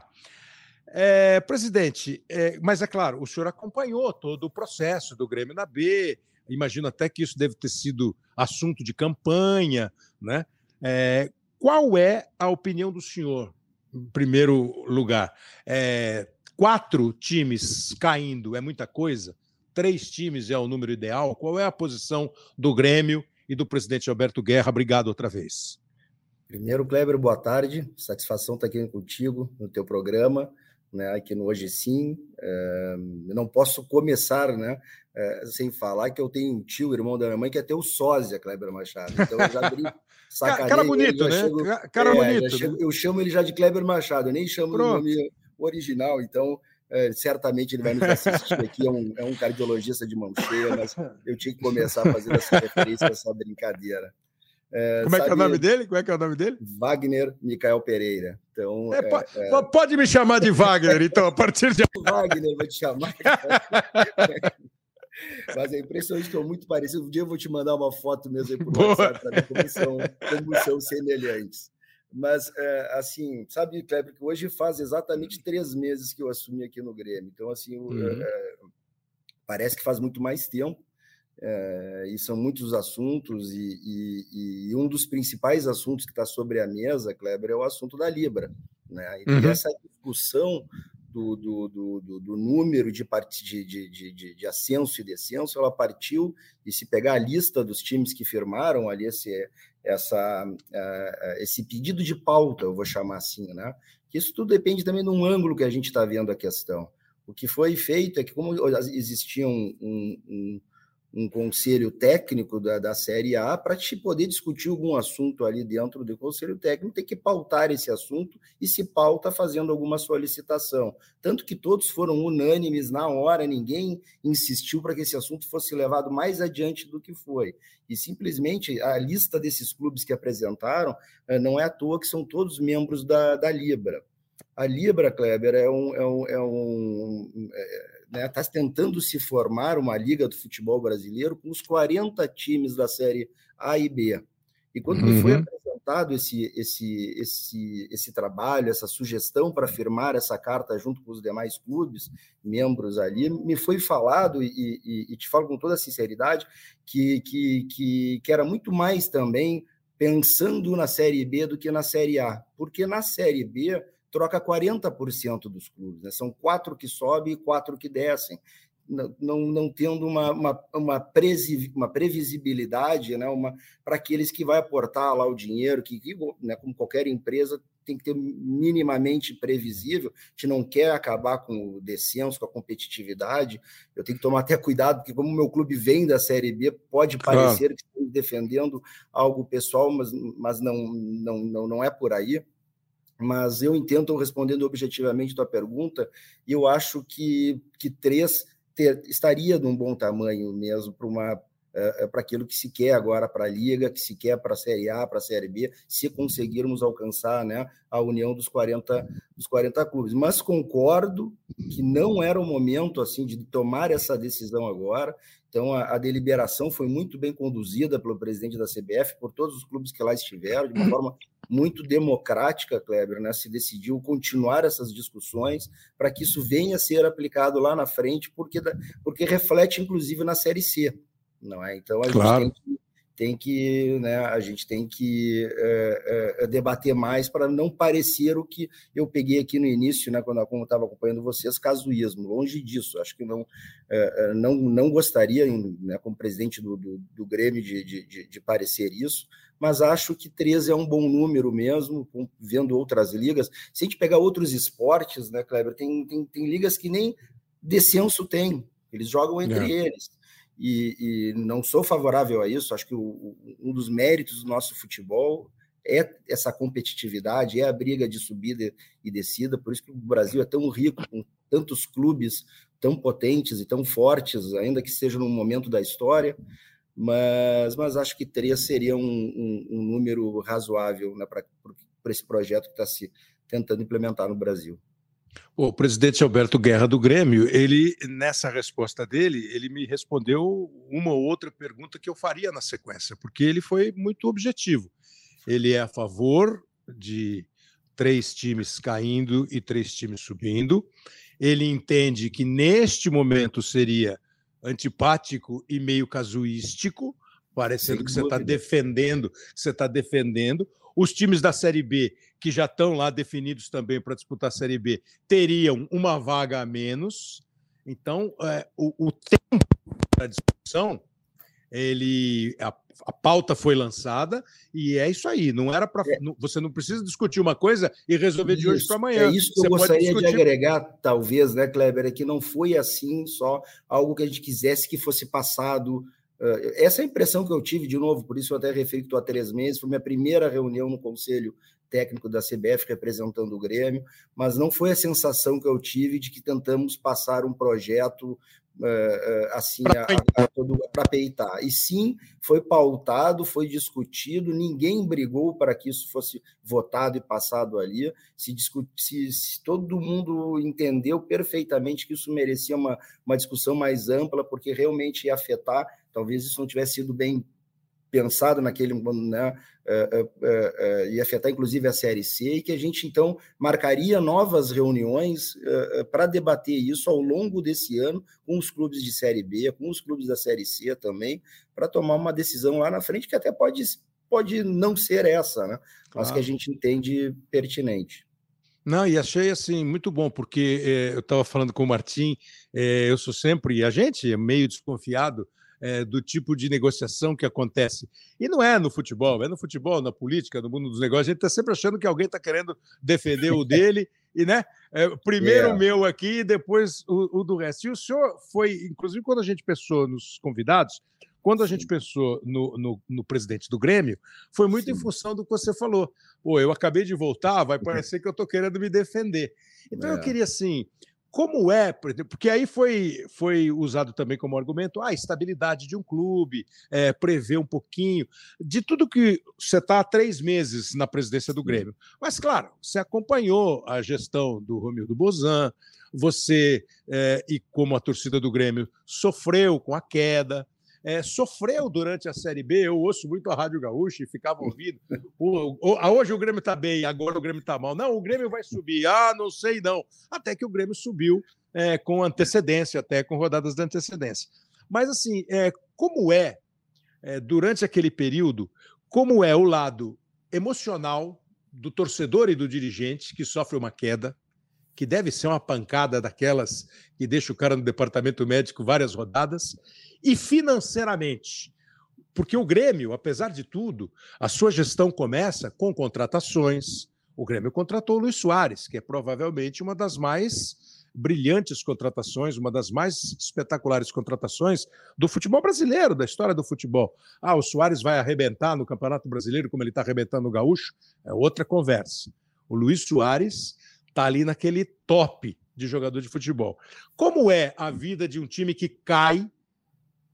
É, presidente, é, mas é claro, o senhor acompanhou todo o processo do Grêmio na B, imagino até que isso deve ter sido assunto de campanha, né? É, qual é a opinião do senhor, em primeiro lugar? É, quatro times caindo é muita coisa? Três times é o número ideal? Qual é a posição do Grêmio e do presidente Alberto Guerra? Obrigado outra vez. Primeiro, Kleber, boa tarde. Satisfação estar aqui contigo no teu programa, né, aqui no Hoje Sim. É, eu não posso começar, né, é, sem falar que eu tenho um tio, irmão da minha mãe, que é teu sósia, Kleber Machado. Então eu já abri sacaneio. Cara bonito, né? Chego, Cara é, bonito. chego, né? Eu chamo ele já de Kleber Machado, eu nem chamo o Pronto. nome original, então é, certamente ele vai nos assistir aqui, é um, é um cardiologista de mão cheia, mas eu tinha que começar a fazer essa referência, essa brincadeira. É, Como é sabe, que é o nome dele? Como é que é o nome dele? Wagner Micael Pereira. Então, é, é, é... Pode me chamar de Wagner, então, a partir de... Wagner, vou te chamar. Mas é impressionante, estou muito parecido. Um dia eu vou te mandar uma foto mesmo aí por WhatsApp para ver como são, como são semelhantes. Mas, é, assim, sabe, Kleber, que hoje faz exatamente três meses que eu assumi aqui no Grêmio. Então, assim, uhum. é, parece que faz muito mais tempo. É, e são muitos assuntos, e, e, e um dos principais assuntos que está sobre a mesa, Kleber, é o assunto da Libra. Né? E uhum. essa discussão do, do, do, do número de, de, de, de, de ascenso e descenso, ela partiu, e se pegar a lista dos times que firmaram ali esse, essa, uh, esse pedido de pauta, eu vou chamar assim, né? Que isso tudo depende também de um ângulo que a gente está vendo a questão. O que foi feito é que, como existia um, um, um um conselho técnico da, da Série A, para te poder discutir algum assunto ali dentro do conselho técnico, tem que pautar esse assunto e se pauta fazendo alguma solicitação. Tanto que todos foram unânimes na hora, ninguém insistiu para que esse assunto fosse levado mais adiante do que foi. E simplesmente a lista desses clubes que apresentaram não é à toa que são todos membros da, da Libra. A Libra, Kleber, é um... É um, é um é, está né, tentando se formar uma liga do futebol brasileiro com os quarenta times da Série A e B. E quando uhum. me foi apresentado esse, esse, esse, esse trabalho, essa sugestão para firmar essa carta junto com os demais clubes, membros ali, me foi falado, e, e, e te falo com toda a sinceridade, que, que, que, que era muito mais também pensando na Série B do que na Série A. Porque na Série B troca quarenta por cento dos clubes, né? São quatro que sobem e quatro que descem, não, não, não tendo uma, uma, uma, presi, uma previsibilidade, né? Uma, para aqueles que vai aportar lá o dinheiro, que, que né, como qualquer empresa, tem que ter minimamente previsível. A gente não quer acabar com o descenso, com a competitividade. Eu tenho que tomar até cuidado, porque como o meu clube vem da Série B, pode parecer claro. que estou defendendo algo pessoal, mas, mas não, não, não, não é por aí. Mas eu entendo, respondendo objetivamente a tua pergunta, e eu acho que, que três ter, estaria num bom tamanho mesmo para uma, é, para aquilo que se quer agora para a Liga, que se quer para a Série A, para a Série B, se conseguirmos alcançar, né, a união dos quarenta, dos quarenta clubes. Mas concordo que não era o momento assim de tomar essa decisão agora. Então, a, a deliberação foi muito bem conduzida pelo presidente da C B F, por todos os clubes que lá estiveram, de uma forma muito democrática, Kleber, né? Se decidiu continuar essas discussões para que isso venha a ser aplicado lá na frente, porque, porque reflete, inclusive, na Série C. Não é? Então, a claro. gente tem que, tem que, né, a gente tem que é, é, debater mais para não parecer o que eu peguei aqui no início, né, quando eu estava acompanhando vocês, casuísmo. Longe disso. Acho que não, é, não, não gostaria, né, como presidente do, do, do Grêmio, de, de, de parecer isso, mas acho que treze é um bom número mesmo, vendo outras ligas. Se a gente pegar outros esportes, né, Kleber, tem, tem, tem ligas que nem descenso tem, eles jogam entre é. eles. E, e não sou favorável a isso. Acho que o, o, um dos méritos do nosso futebol é essa competitividade, é a briga de subida e descida. Por isso que o Brasil é tão rico, com tantos clubes tão potentes e tão fortes, ainda que seja num momento da história. Mas, mas acho que três seria um, um, um número razoável, né, para esse projeto que está se tentando implementar no Brasil. O presidente Alberto Guerra do Grêmio, ele, nessa resposta dele, ele me respondeu uma ou outra pergunta que eu faria na sequência, porque ele foi muito objetivo. Ele é a favor de três times caindo e três times subindo. Ele entende que neste momento seria antipático e meio casuístico, parecendo Sem que dúvida. você está defendendo, você está defendendo. Os times da Série B, que já estão lá definidos também para disputar a Série B, teriam uma vaga a menos. Então, é, o, o tempo da discussão, ele, a, a pauta foi lançada e é isso aí. Não era para, é. Você não precisa discutir uma coisa e resolver isso, de hoje para amanhã. É isso que você eu gostaria discutir... de agregar, talvez, né, Kleber, é que não foi assim só algo que a gente quisesse que fosse passado. Essa é a impressão que eu tive, de novo, por isso eu até referi que estou há três meses, foi minha primeira reunião no Conselho Técnico da C B F representando o Grêmio, mas não foi a sensação que eu tive de que tentamos passar um projeto uh, assim para peitar. E sim, foi pautado, foi discutido, ninguém brigou para que isso fosse votado e passado ali, se, discut... se, se todo mundo entendeu perfeitamente que isso merecia uma, uma discussão mais ampla, porque realmente ia afetar. Talvez isso não tivesse sido bem pensado naquele, né, uh, uh, uh, ia afetar inclusive a Série C, e que a gente então marcaria novas reuniões uh, uh, para debater isso ao longo desse ano com os clubes de Série B, com os clubes da Série C também, para tomar uma decisão lá na frente que até pode, pode não ser essa, né, mas claro. que a gente entende pertinente. Não, e achei assim muito bom, porque eh, eu estava falando com o Martim, eh, eu sou sempre, a gente é meio desconfiado É, do tipo de negociação que acontece. E não é no futebol, é no futebol, na política, no mundo dos negócios. A gente está sempre achando que alguém está querendo defender o dele, e né? É, primeiro yeah. o meu aqui, depois o, o do resto. E o senhor foi, inclusive, quando a gente pensou nos convidados, quando a Sim. gente pensou no, no, no presidente do Grêmio, foi muito Sim. em função do que você falou. Pô, eu acabei de voltar, vai parecer que eu estou querendo me defender. Então é. eu queria, assim, como é, porque aí foi, foi usado também como argumento a estabilidade de um clube, é, prever um pouquinho, de tudo que você está há três meses na presidência do Grêmio. Mas, claro, você acompanhou a gestão do Romildo Bozan, você, é, e como a torcida do Grêmio, sofreu com a queda, É, sofreu durante a Série B. Eu ouço muito a Rádio Gaúcha e ficava ouvindo. O, o, hoje o Grêmio está bem, agora o Grêmio está mal. Não, o Grêmio vai subir. Ah, não sei não. Até que o Grêmio subiu é, com antecedência, até com rodadas de antecedência. Mas, assim, é, como é, é, durante aquele período, como é o lado emocional do torcedor e do dirigente que sofre uma queda, que deve ser uma pancada daquelas que deixa o cara no departamento médico várias rodadas, e financeiramente, porque o Grêmio, apesar de tudo, a sua gestão começa com contratações. O Grêmio contratou o Luís Soares, que é provavelmente uma das mais brilhantes contratações, uma das mais espetaculares contratações do futebol brasileiro, da história do futebol. Ah, o Soares vai arrebentar no Campeonato Brasileiro como ele está arrebentando no Gaúcho? É outra conversa. O Luís Soares está ali naquele top de jogador de futebol. Como é a vida de um time que cai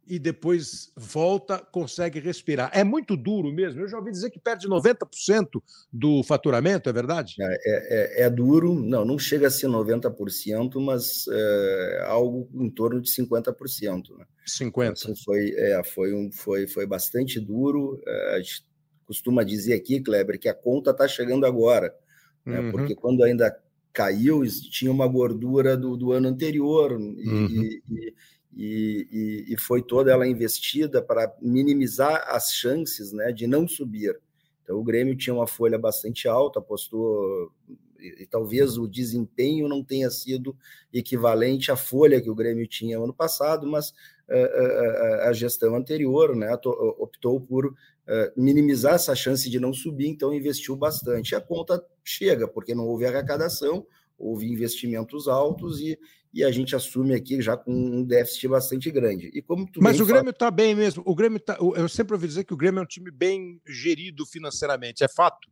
e depois volta, consegue respirar. É muito duro mesmo. Eu já ouvi dizer que perde noventa por cento do faturamento, é verdade? É, é, é duro, não, não chega a ser noventa por cento, mas é, algo em torno de cinquenta por cento. Né? cinquenta por cento. Então, assim, foi, é, foi, um, foi, foi bastante duro. É, a gente costuma dizer aqui, Kleber, que a conta está chegando agora, né? Uhum. Porque quando ainda caiu, tinha uma gordura do, do ano anterior, e, uhum. e, e E, e, e foi toda ela investida para minimizar as chances, né, de não subir. Então, o Grêmio tinha uma folha bastante alta, apostou, e, e talvez o desempenho não tenha sido equivalente à folha que o Grêmio tinha ano passado, mas uh, uh, a gestão anterior, né, optou por uh, minimizar essa chance de não subir, então investiu bastante. A conta chega, porque não houve arrecadação, houve investimentos altos e e a gente assume aqui já com um déficit bastante grande. E como tu Mas o Grêmio está fala... bem mesmo. O Grêmio tá... Eu sempre ouvi dizer que o Grêmio é um time bem gerido financeiramente. É fato?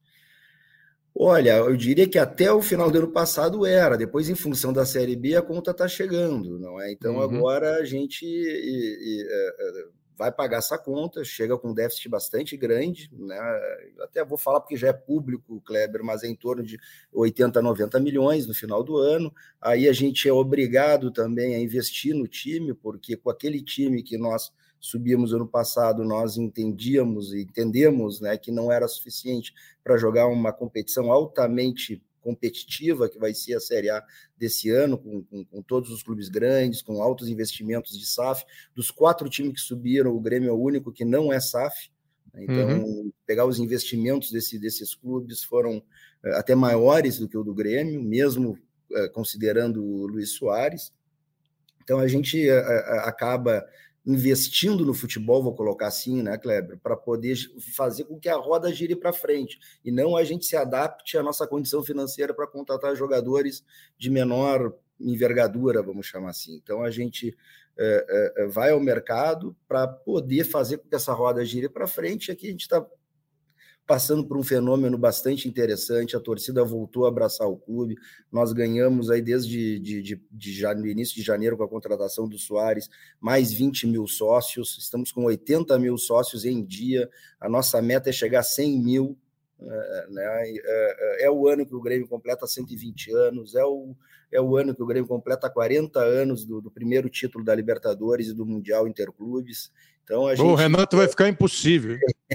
Olha, eu diria que até o final do ano passado era. Depois, em função da Série B, a conta está chegando, não é? Então, uhum. agora a gente e, e, é, vai pagar essa conta, chega com um déficit bastante grande, né? Até vou falar porque já é público, Kleber, mas é em torno de oitenta, noventa milhões no final do ano. Aí a gente é obrigado também a investir no time, porque com aquele time que nós subimos ano passado, nós entendíamos e entendemos, né, que não era suficiente para jogar uma competição altamente competitiva, que vai ser a Série A desse ano, com, com, com todos os clubes grandes, com altos investimentos de S A F. Dos quatro times que subiram, o Grêmio é o único que não é S A F. Então, uhum. pegar os investimentos desse, desses clubes foram uh, até maiores do que o do Grêmio, mesmo uh, considerando o Luiz Soares. Então, a gente uh, uh, acaba investindo no futebol, vou colocar assim, né, Kleber, para poder fazer com que a roda gire para frente e não a gente se adapte à nossa condição financeira para contratar jogadores de menor envergadura, vamos chamar assim. Então, a gente é, é, vai ao mercado para poder fazer com que essa roda gire para frente. E aqui a gente está passando por um fenômeno bastante interessante, a torcida voltou a abraçar o clube, nós ganhamos aí desde de, de, de, de, no início de janeiro com a contratação do Soares, mais vinte mil sócios, estamos com oitenta mil sócios em dia, a nossa meta é chegar a cem mil, é, né? é, é o ano que o Grêmio completa cento e vinte anos, é o, é o ano que o Grêmio completa quarenta anos do, do primeiro título da Libertadores e do Mundial Interclubes. Então, a gente... O Renato vai ficar impossível.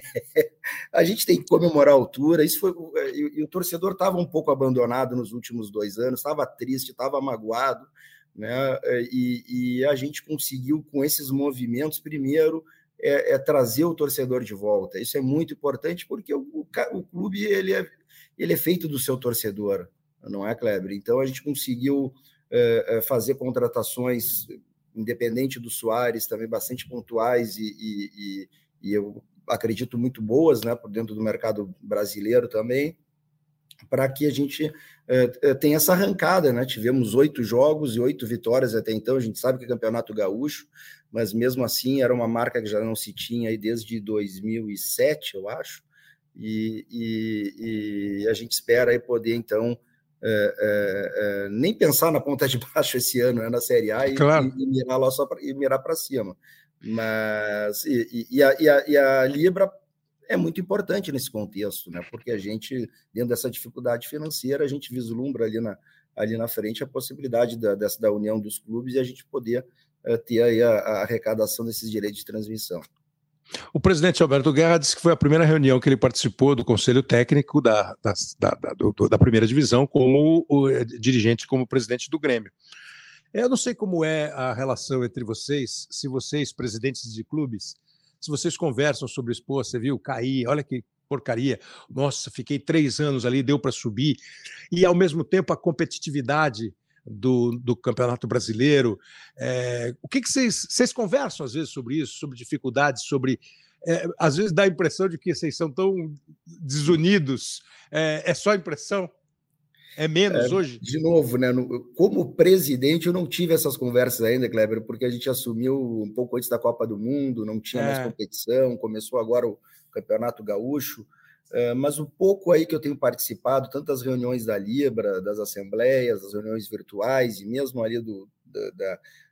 A gente tem que comemorar a altura. Isso foi, e, e o torcedor estava um pouco abandonado nos últimos dois anos, estava triste, estava magoado, né? E, e a gente conseguiu, com esses movimentos, primeiro, é, é trazer o torcedor de volta. Isso é muito importante, porque o, o, o clube ele é, ele é feito do seu torcedor, não é, Kleber? Então, a gente conseguiu é, fazer contratações, independente do Soares, também bastante pontuais e, e, e, e eu acredito muito boas, né, por dentro do mercado brasileiro também, para que a gente é, tenha essa arrancada, né? Tivemos oito jogos e oito vitórias até então, a gente sabe que é campeonato gaúcho, mas mesmo assim era uma marca que já não se tinha aí desde dois mil e sete, eu acho, e, e, e a gente espera aí poder, então, É, é, é, nem pensar na ponta de baixo esse ano, né, na Série A, e, claro. e, e mirar lá só pra, e mirar para cima. Mas e, e, a, e, a, e a Libra é muito importante nesse contexto, né? Porque a gente, dentro dessa dificuldade financeira, a gente vislumbra ali na, ali na frente a possibilidade da, dessa, da união dos clubes e a gente poder é, ter aí a, a arrecadação desses direitos de transmissão. O presidente Alberto Guerra disse que foi a primeira reunião que ele participou do Conselho Técnico da, da, da, do, da primeira divisão como o, dirigente, como presidente do Grêmio. Eu não sei como é a relação entre vocês, se vocês, presidentes de clubes, se vocês conversam sobre isso, pô, você viu, caí, olha que porcaria, nossa, fiquei três anos ali, deu para subir, e ao mesmo tempo a competitividade Do, do Campeonato Brasileiro. É, o que, que vocês, vocês conversam às vezes sobre isso, sobre dificuldades, sobre... É, às vezes dá a impressão de que vocês são tão desunidos. É, é só impressão? É menos é, hoje? De novo, né? No, como presidente, eu não tive essas conversas ainda, Kleber, porque a gente assumiu um pouco antes da Copa do Mundo, não tinha é. mais competição, começou agora o Campeonato Gaúcho. Uh, mas o pouco aí que eu tenho participado, tanto das reuniões da Libra, das assembleias, das reuniões virtuais e mesmo ali do, da, da,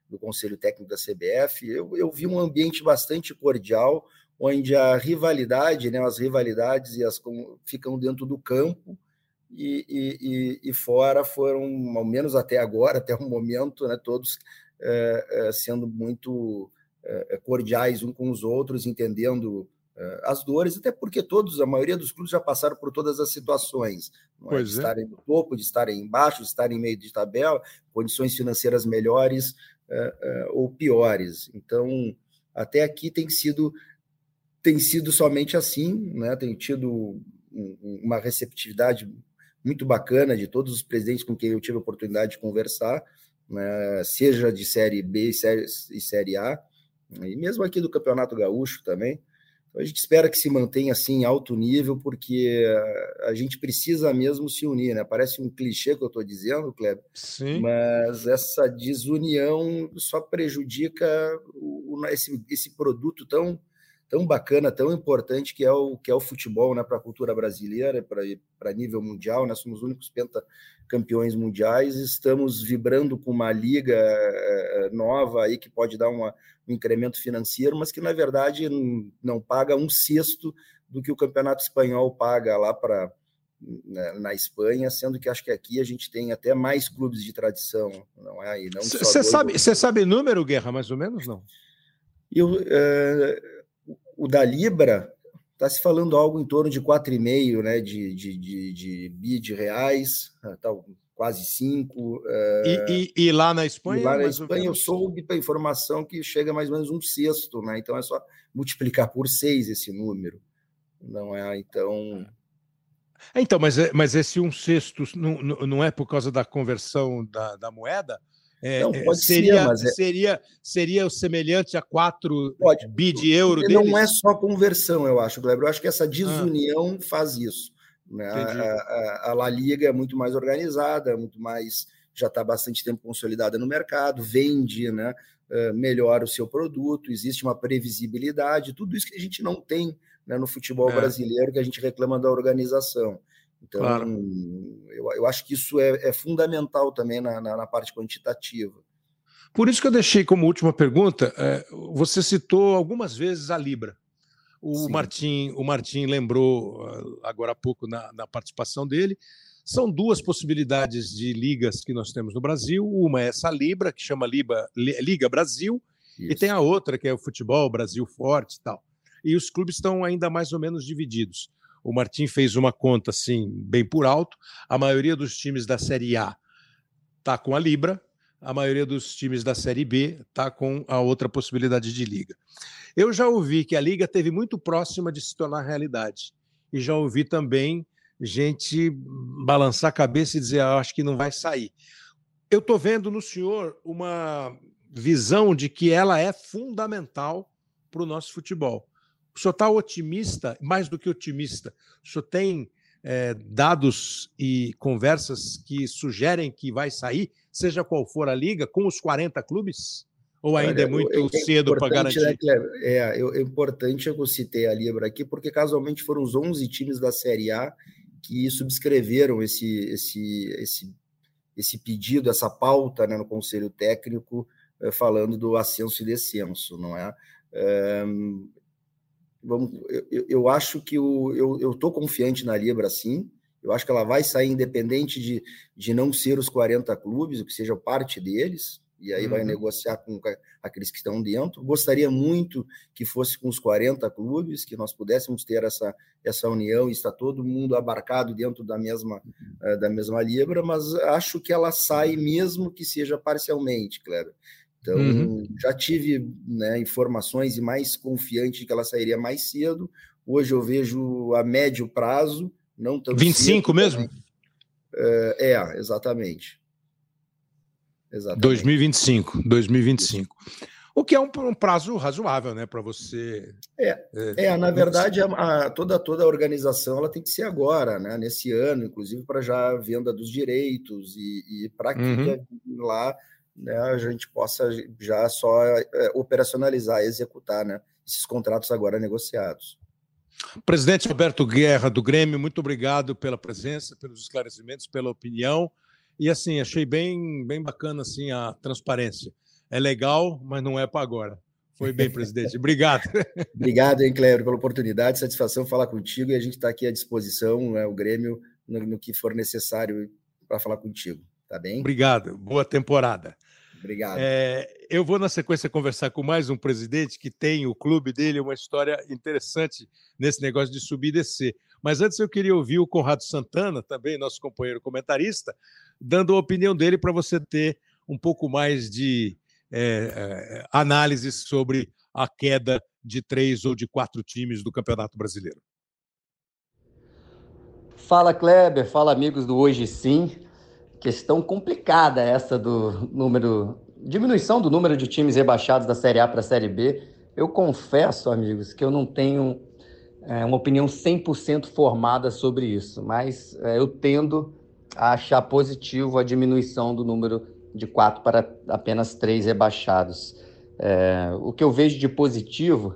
do Conselho Técnico da C B F, eu, eu vi um ambiente bastante cordial, onde a rivalidade, né, as rivalidades e as, ficam dentro do campo, e, e, e fora foram, ao menos até agora, até o momento, né, todos é, é, sendo muito é, cordiais uns com os outros, entendendo as dores, até porque todos, a maioria dos clubes já passaram por todas as situações, não é? De é. estarem no topo, de estarem embaixo, de estarem em meio de tabela, condições financeiras melhores uh, uh, ou piores. Então, até aqui tem sido, tem sido somente assim, né? Tem tido um, uma receptividade muito bacana de todos os presidentes com quem eu tive a oportunidade de conversar, né? Seja de Série B e série, e série A, e mesmo aqui do Campeonato Gaúcho também. A gente espera que se mantenha assim em alto nível, porque a gente precisa mesmo se unir, né? Parece um clichê que eu estou dizendo, Kleber, Sim. Mas essa desunião só prejudica o, o, esse, esse produto tão, tão bacana, tão importante que é o, que é o futebol, né? Para a cultura brasileira, para nível mundial, né? Somos os únicos pentacampeões mundiais, estamos vibrando com uma liga nova aí que pode dar uma um incremento financeiro, mas que, na verdade, não paga um sexto do que o Campeonato Espanhol paga lá pra, na, na Espanha, sendo que acho que aqui a gente tem até mais clubes de tradição, não é? Você sabe, você sabe número, Guerra, mais ou menos, não? Eu, é, o da Libra está se falando algo em torno de quatro vírgula cinco, né, de, de, de, de bi de reais, tal, quase cinco. E, e, e lá na Espanha? E lá na Espanha eu soube a informação que chega mais ou menos um sexto, né? Então é só multiplicar por seis esse número, não é? Então, então mas, mas esse um sexto não, não é por causa da conversão da, da moeda? É, não, pode seria, ser, mas é... seria, seria o semelhante a quatro pode. bi de euro não deles? Não é só conversão, eu acho, Kleber. Eu acho que essa desunião ah. faz isso. Né? A, a, a La Liga é muito mais organizada, muito mais, já está há bastante tempo consolidada no mercado, vende, né, uh, melhor o seu produto, existe uma previsibilidade, tudo isso que a gente não tem, né, no futebol é. brasileiro, que a gente reclama da organização. Então, claro. eu, eu acho que isso é, é fundamental também na, na, na parte quantitativa. Por isso que eu deixei como última pergunta, é, você citou algumas vezes a Libra. O Martim, o Martim lembrou agora há pouco na, na participação dele. São duas possibilidades de ligas que nós temos no Brasil. Uma é essa Libra, que chama Liga, Liga Brasil, Isso. e tem a outra, que é o Futebol Brasil Forte e tal. E os clubes estão ainda mais ou menos divididos. O Martim fez uma conta assim, bem por alto. A maioria dos times da Série A está com a Libra, a maioria dos times da Série B está com a outra possibilidade de liga. Eu já ouvi que a liga esteve muito próxima de se tornar realidade. E já ouvi também gente balançar a cabeça e dizer, ah, acho que não vai sair. Eu estou vendo no senhor uma visão de que ela é fundamental para o nosso futebol. O senhor está otimista, mais do que otimista? O senhor tem é, dados e conversas que sugerem que vai sair, seja qual for a liga, com os quarenta clubes? Ou ainda Olha, é muito eu, é cedo para garantir? Né, Kleber? É, eu, é importante eu citei a Libra aqui, porque casualmente foram os onze times da Série A que subscreveram esse, esse, esse, esse pedido, essa pauta, né, no Conselho Técnico, eh, falando do ascenso e descenso, não é? é vamos, eu, eu acho que o, eu estou confiante na Libra, sim. Eu acho que ela vai sair independente de, de não ser os quarenta clubes, o que seja parte deles, e aí uhum. vai negociar com aqueles que estão dentro. Gostaria muito que fosse com os quarenta clubes, que nós pudéssemos ter essa, essa união e estar todo mundo abarcado dentro da mesma, uh, da mesma Libra, mas acho que ela sai mesmo que seja parcialmente, Kleber. Então, uhum. já tive, né, informações e mais confiante de que ela sairia mais cedo. Hoje eu vejo a médio prazo, não tão vinte e cinco cedo, mesmo? Uh, é, exatamente. Exatamente. dois mil e vinte e cinco. dois mil e vinte e cinco. O que é um, um prazo razoável, né, para você... É, é, é na verdade, a, a, toda, toda a organização ela tem que ser agora, né, nesse ano, inclusive para já a venda dos direitos e, e para que uhum. lá, né, a gente possa já só é, operacionalizar, executar, né, esses contratos agora negociados. Presidente Roberto Guerra, do Grêmio, muito obrigado pela presença, pelos esclarecimentos, pela opinião. E, assim, achei bem, bem bacana assim, a transparência. é legal, mas não é para agora. Foi bem, presidente. Obrigado. Obrigado, hein, Cléber, pela oportunidade, satisfação falar contigo, e a gente está aqui à disposição, né, o Grêmio, no, no que for necessário para falar contigo, tá bem? Obrigado, boa temporada. Obrigado. É, eu vou, na sequência, conversar com mais um presidente que tem o clube dele, uma história interessante nesse negócio de subir e descer. Mas antes eu queria ouvir o Conrado Santana, também nosso companheiro comentarista, dando a opinião dele para você ter um pouco mais de é, é, análise sobre a queda de três ou de quatro times do Campeonato Brasileiro. Fala, Kleber, fala, amigos do Hoje Sim. Questão complicada essa do número, diminuição do número de times rebaixados da Série A para a Série B. Eu confesso, amigos, que eu não tenho é, uma opinião cem por cento formada sobre isso, mas é, eu tendo a achar positivo a diminuição do número de quatro para apenas três rebaixados. É, o que eu vejo de positivo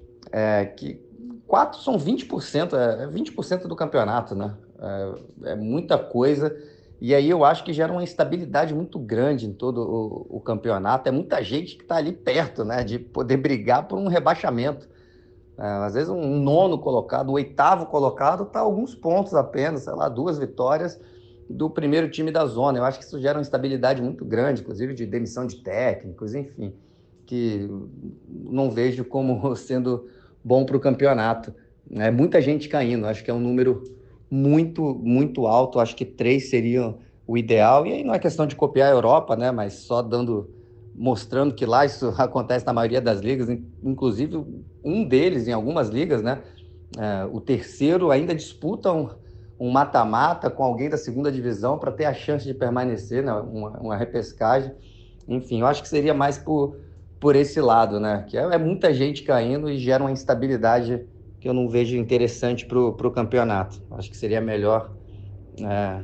é que quatro são vinte por cento, é vinte por cento do campeonato, né? É, é muita coisa. E aí eu acho que gera uma instabilidade muito grande em todo o, o campeonato. É muita gente que está ali perto, né, de poder brigar por um rebaixamento. É, às vezes um nono colocado, o oitavo colocado está a alguns pontos apenas, sei lá, duas vitórias do primeiro time da zona. Eu acho que isso gera uma instabilidade muito grande, inclusive de demissão de técnicos, enfim, que não vejo como sendo bom para o campeonato. É muita gente caindo, acho que é um número muito, muito alto, acho que três seria o ideal, e aí não é questão de copiar a Europa, né, mas só dando, mostrando que lá isso acontece na maioria das ligas, inclusive um deles, em algumas ligas, né, é, o terceiro ainda disputa um, um mata-mata com alguém da segunda divisão para ter a chance de permanecer, né, uma, uma repescagem, enfim, eu acho que seria mais por, por esse lado, né, que é, é muita gente caindo e gera uma instabilidade que eu não vejo interessante para o campeonato. Acho que seria melhor é,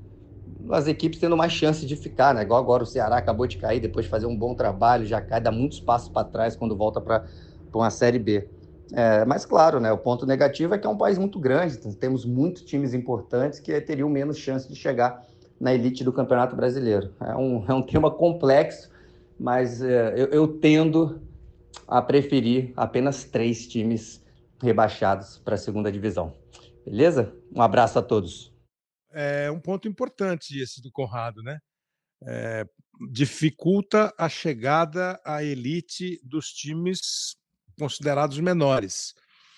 as equipes tendo mais chance de ficar, né? Igual agora o Ceará acabou de cair, depois de fazer um bom trabalho, já cai, dá muitos passos para trás quando volta para uma Série B. É, mas claro, né, o ponto negativo é que é um país muito grande, temos muitos times importantes que teriam menos chance de chegar na elite do Campeonato Brasileiro. É um, é um tema complexo, mas é, eu, eu tendo a preferir apenas três times rebaixados para a segunda divisão. Beleza? Um abraço a todos. É um ponto importante esse do Conrado, né? É, dificulta a chegada à elite dos times considerados menores.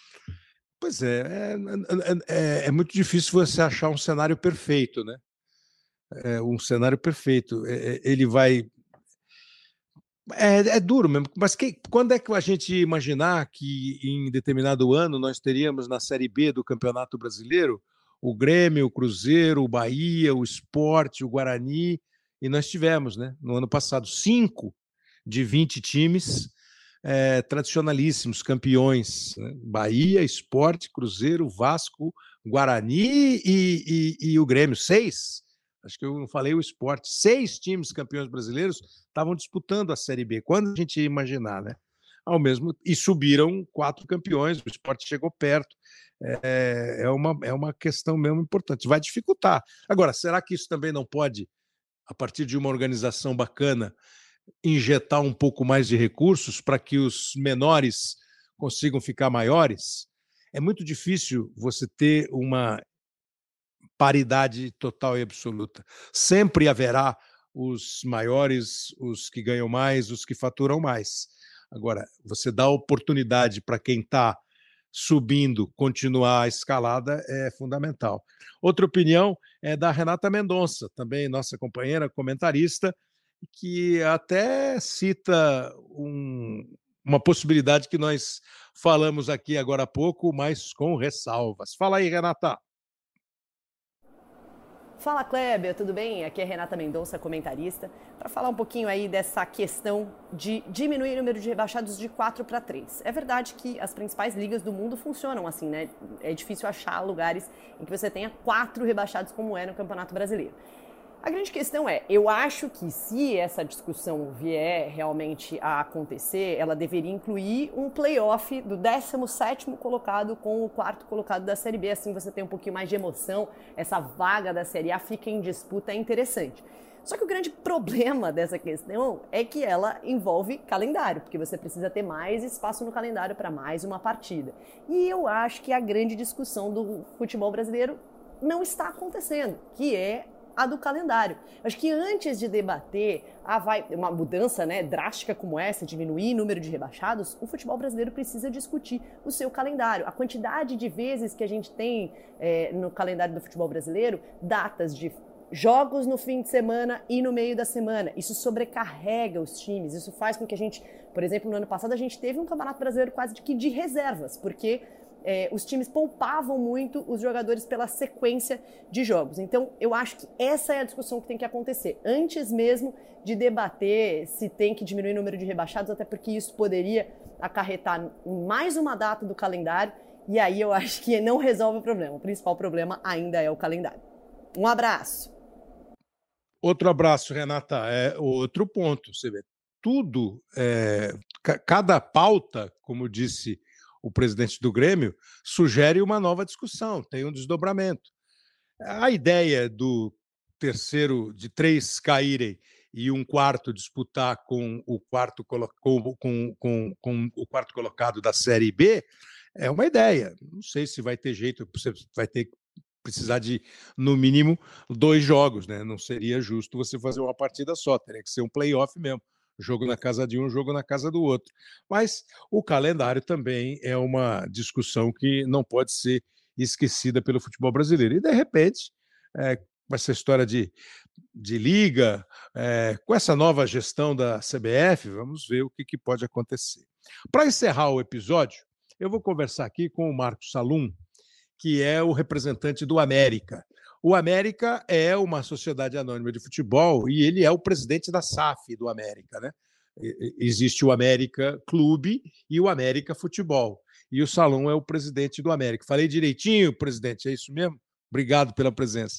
Pois é, é, é, é muito difícil você achar um cenário perfeito, né? É um cenário perfeito. É, ele vai... É, é duro mesmo, mas que, quando é que a gente ia imaginar que em determinado ano nós teríamos na Série B do Campeonato Brasileiro o Grêmio, o Cruzeiro, o Bahia, o Sport, o Guarani, e nós tivemos, né, no ano passado, cinco de vinte times é, tradicionalíssimos, campeões, né? Bahia, Sport, Cruzeiro, Vasco, Guarani e, e, e o Grêmio, seis. Acho que eu não falei o Sport. Seis times campeões brasileiros estavam disputando a Série B. Quando a gente ia imaginar, né? Ao mesmo, e subiram quatro campeões, o Sport chegou perto. É, é, uma, é uma questão mesmo importante. Vai dificultar. Agora, será que isso também não pode, a partir de uma organização bacana, injetar um pouco mais de recursos para que os menores consigam ficar maiores? É muito difícil você ter uma paridade total e absoluta. Sempre haverá os maiores, os que ganham mais, os que faturam mais. Agora, você dá oportunidade para quem está subindo, continuar a escalada é fundamental. Outra opinião é da Renata Mendonça, também nossa companheira comentarista, que até cita um, uma possibilidade que nós falamos aqui agora há pouco, mas com ressalvas. Fala aí, Renata. Fala, Kleber, tudo bem? Aqui é Renata Mendonça, comentarista, para falar um pouquinho aí dessa questão de diminuir o número de rebaixados de quatro para três. É verdade que as principais ligas do mundo funcionam assim, né? É difícil achar lugares em que você tenha quatro rebaixados como é no Campeonato Brasileiro. A grande questão é, eu acho que se essa discussão vier realmente a acontecer, ela deveria incluir um play-off do décimo sétimo colocado com o quarto colocado da Série B, assim você tem um pouquinho mais de emoção, essa vaga da Série A fica em disputa, é interessante. Só que o grande problema dessa questão é que ela envolve calendário, porque você precisa ter mais espaço no calendário para mais uma partida. E eu acho que a grande discussão do futebol brasileiro não está acontecendo, que é a do calendário. Acho que antes de debater ah, vai, uma mudança, né, drástica como essa, diminuir o número de rebaixados, o futebol brasileiro precisa discutir o seu calendário. A quantidade de vezes que a gente tem é, no calendário do futebol brasileiro, datas de jogos no fim de semana e no meio da semana. Isso sobrecarrega os times, isso faz com que a gente, por exemplo, no ano passado a gente teve um campeonato brasileiro quase que de reservas, porque é, os times poupavam muito os jogadores pela sequência de jogos. Então, eu acho que essa é a discussão que tem que acontecer, antes mesmo de debater se tem que diminuir o número de rebaixados, até porque isso poderia acarretar em mais uma data do calendário, e aí eu acho que não resolve o problema. O principal problema ainda é o calendário. Um abraço! Outro abraço, Renata. É outro ponto. Você vê, tudo, é, cada pauta, como disse o presidente do Grêmio, sugere uma nova discussão, tem um desdobramento. A ideia do terceiro, de três caírem e um quarto disputar com o quarto, com, com, com, com o quarto colocado da Série B é uma ideia. Não sei se vai ter jeito, você vai ter precisar de, no mínimo, dois jogos, né? Não seria justo você fazer uma partida só, teria que ser um play-off mesmo. Jogo na casa de um, jogo na casa do outro. Mas o calendário também é uma discussão que não pode ser esquecida pelo futebol brasileiro. E, de repente, é, com essa história de, de liga, é, com essa nova gestão da C B F, vamos ver o que, que pode acontecer. Para encerrar o episódio, eu vou conversar aqui com o Marcos Salum, que é o representante do América. O América é uma sociedade anônima de futebol e ele é o presidente da S A F do América, né? Existe o América Clube e o América Futebol. E o Salum é o presidente do América. Falei direitinho, presidente? É isso mesmo? Obrigado pela presença.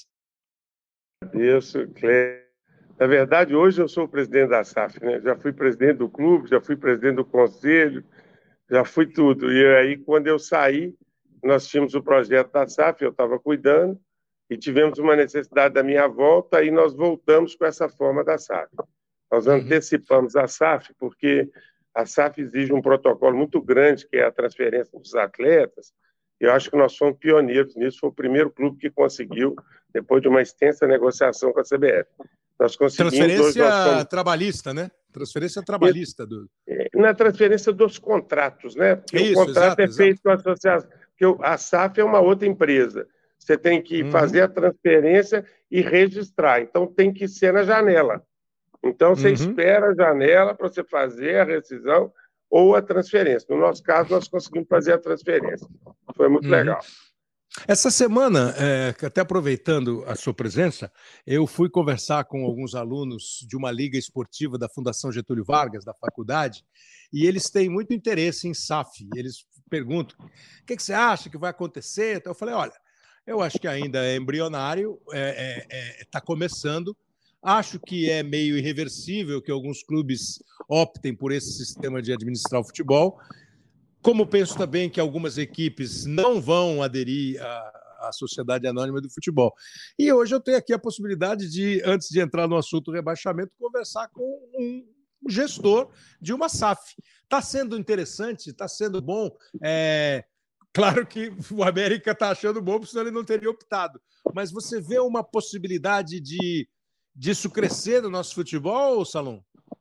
Agradeço, Cléber. Na verdade, hoje eu sou o presidente da S A F, né? Já fui presidente do clube, já fui presidente do conselho, já fui tudo. E aí, quando eu saí, nós tínhamos o projeto da S A F, eu estava cuidando, e tivemos uma necessidade da minha volta, e nós voltamos com essa forma da S A F. Nós antecipamos a S A F, porque a S A F exige um protocolo muito grande, que é a transferência dos atletas, e eu acho que nós somos pioneiros nisso, foi o primeiro clube que conseguiu, depois de uma extensa negociação com a C B F. Nós conseguimos... Transferência hoje nós somos... trabalhista, né? Transferência trabalhista. Do... Na transferência dos contratos, né? Porque Isso, o contrato exato, é feito exato. com a associação... Porque a S A F é uma outra empresa. Você tem que uhum. fazer a transferência e registrar. Então, tem que ser na janela. Então, você uhum. espera a janela para você fazer a rescisão ou a transferência. No nosso caso, nós conseguimos fazer a transferência. Foi muito uhum. legal. Essa semana, é, até aproveitando a sua presença, eu fui conversar com alguns alunos de uma liga esportiva da Fundação Getúlio Vargas, da faculdade, e eles têm muito interesse em S A F. Eles perguntam, o que, que você acha que vai acontecer? Então eu falei, olha, eu acho que ainda é embrionário, está é, é, é, começando, acho que é meio irreversível que alguns clubes optem por esse sistema de administrar o futebol. Como penso também que algumas equipes não vão aderir à, à Sociedade Anônima do Futebol. E hoje eu tenho aqui a possibilidade de, antes de entrar no assunto rebaixamento, conversar com um gestor de uma S A F. Está sendo interessante, está sendo bom. É, claro que o América está achando bom, porque senão ele não teria optado. Mas você vê uma possibilidade de disso crescer no nosso futebol, Salum?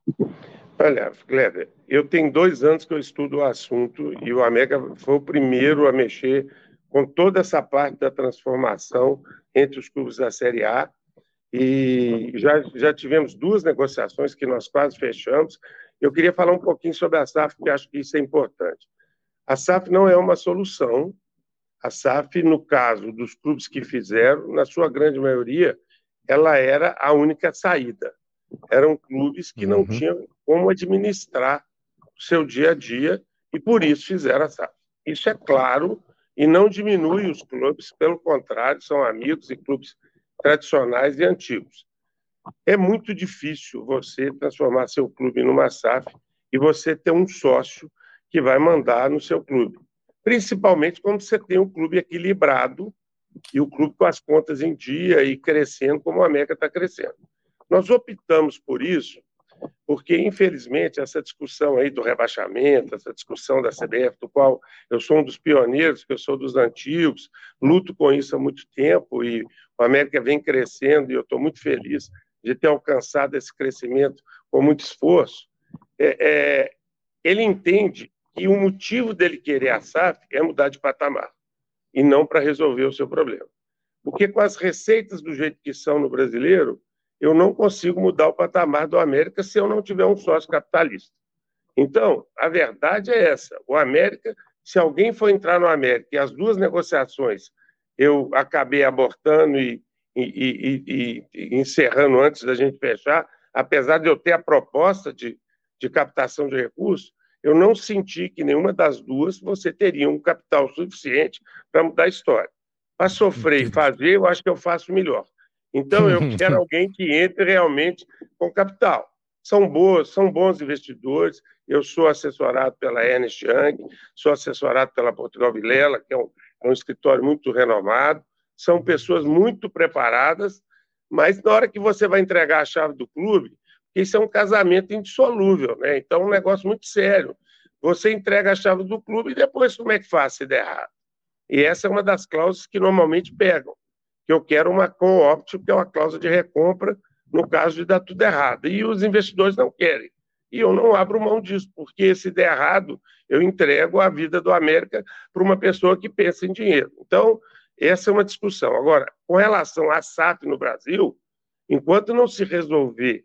Olha, Cléber, eu tenho dois anos que eu estudo o assunto e o América foi o primeiro a mexer com toda essa parte da transformação entre os clubes da Série A e já, já tivemos duas negociações que nós quase fechamos. Eu queria falar um pouquinho sobre a S A F, porque acho que isso é importante. A S A F não é uma solução. A S A F, no caso dos clubes que fizeram, na sua grande maioria, ela era a única saída. Eram clubes que não uhum. tinham como administrar o seu dia a dia e, por isso, fizeram a S A F. Isso é claro e não diminui os clubes, pelo contrário, são amigos e clubes tradicionais e antigos. É muito difícil você transformar seu clube numa S A F e você ter um sócio que vai mandar no seu clube. Principalmente quando você tem um clube equilibrado e o clube com as contas em dia e crescendo como a América está crescendo. Nós optamos por isso porque, infelizmente, essa discussão aí do rebaixamento, essa discussão da C B F, do qual eu sou um dos pioneiros, que eu sou dos antigos, luto com isso há muito tempo e o América vem crescendo e eu estou muito feliz de ter alcançado esse crescimento com muito esforço. É, é, ele entende que o motivo dele querer a S A F é mudar de patamar e não para resolver o seu problema. Porque com as receitas do jeito que são no brasileiro, eu não consigo mudar o patamar do América se eu não tiver um sócio capitalista. Então, a verdade é essa. O América, se alguém for entrar no América e as duas negociações eu acabei abortando e, e, e, e, e encerrando antes da gente fechar, apesar de eu ter a proposta de, de captação de recursos, eu não senti que nenhuma das duas você teria um capital suficiente para mudar a história. Para sofrer e fazer, eu acho que eu faço melhor. Então, eu quero alguém que entre realmente com capital. São boas, são bons investidores. Eu sou assessorado pela Ernst Young, sou assessorado pela Portugal Vilela, que é um, é um escritório muito renomado. São pessoas muito preparadas, mas na hora que você vai entregar a chave do clube, isso é um casamento indissolúvel, né? Então, é um negócio muito sério. Você entrega a chave do clube e depois como é que faz se der errado? E essa é uma das cláusulas que normalmente pegam. Que eu quero uma co-option, que é uma cláusula de recompra, no caso de dar tudo errado. E os investidores não querem. E eu não abro mão disso, porque se der errado, eu entrego a vida do América para uma pessoa que pensa em dinheiro. Então, essa é uma discussão. Agora, com relação à S A F no Brasil, enquanto não se resolver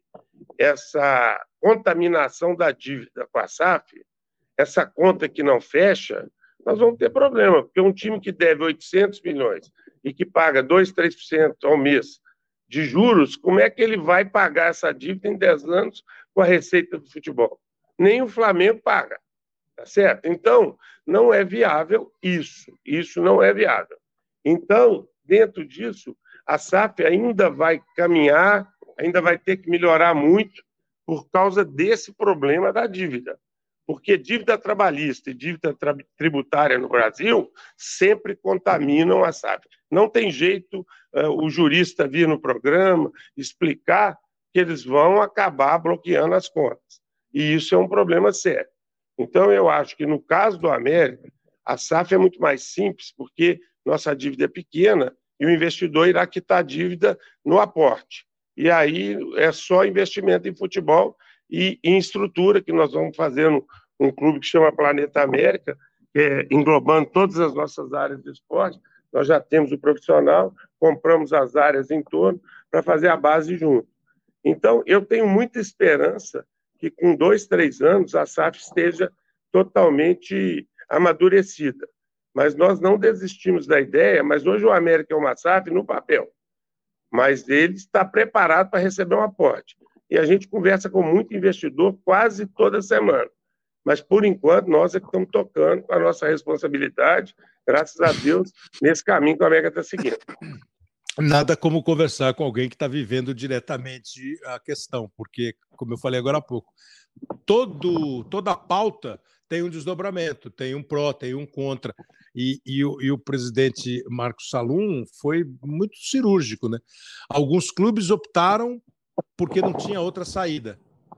essa contaminação da dívida com a S A F, essa conta que não fecha, nós vamos ter problema, porque um time que deve oitocentos milhões e que paga dois, três por cento ao mês de juros, como é que ele vai pagar essa dívida em dez anos com a receita do futebol? Nem o Flamengo paga, tá certo? Então, não é viável isso, isso não é viável. Então, dentro disso, a S A F ainda vai caminhar, ainda vai ter que melhorar muito por causa desse problema da dívida. Porque dívida trabalhista e dívida tributária no Brasil sempre contaminam a S A F. Não tem jeito uh, o jurista vir no programa explicar que eles vão acabar bloqueando as contas. E isso é um problema sério. Então, eu acho que no caso do América, a S A F é muito mais simples, porque nossa dívida é pequena e o investidor irá quitar a dívida no aporte. E aí é só investimento em futebol e em estrutura, que nós vamos fazendo um clube que chama Planeta América, que é, englobando todas as nossas áreas de esporte. Nós já temos o profissional, compramos as áreas em torno para fazer a base junto. Então, eu tenho muita esperança que com dois, três anos a S A F esteja totalmente amadurecida. Mas nós não desistimos da ideia, mas hoje o América é uma S A F no papel. Mas ele está preparado para receber um aporte. E a gente conversa com muito investidor quase toda semana. Mas, por enquanto, nós é que estamos tocando com a nossa responsabilidade, graças a Deus, nesse caminho que a América está seguindo. Nada como conversar com alguém que está vivendo diretamente a questão, porque, como eu falei agora há pouco, todo, toda a pauta tem um desdobramento, tem um pró, tem um contra, e, e, o, e o presidente Marcos Salum foi muito cirúrgico, né? Alguns clubes optaram porque não tinha outra saída.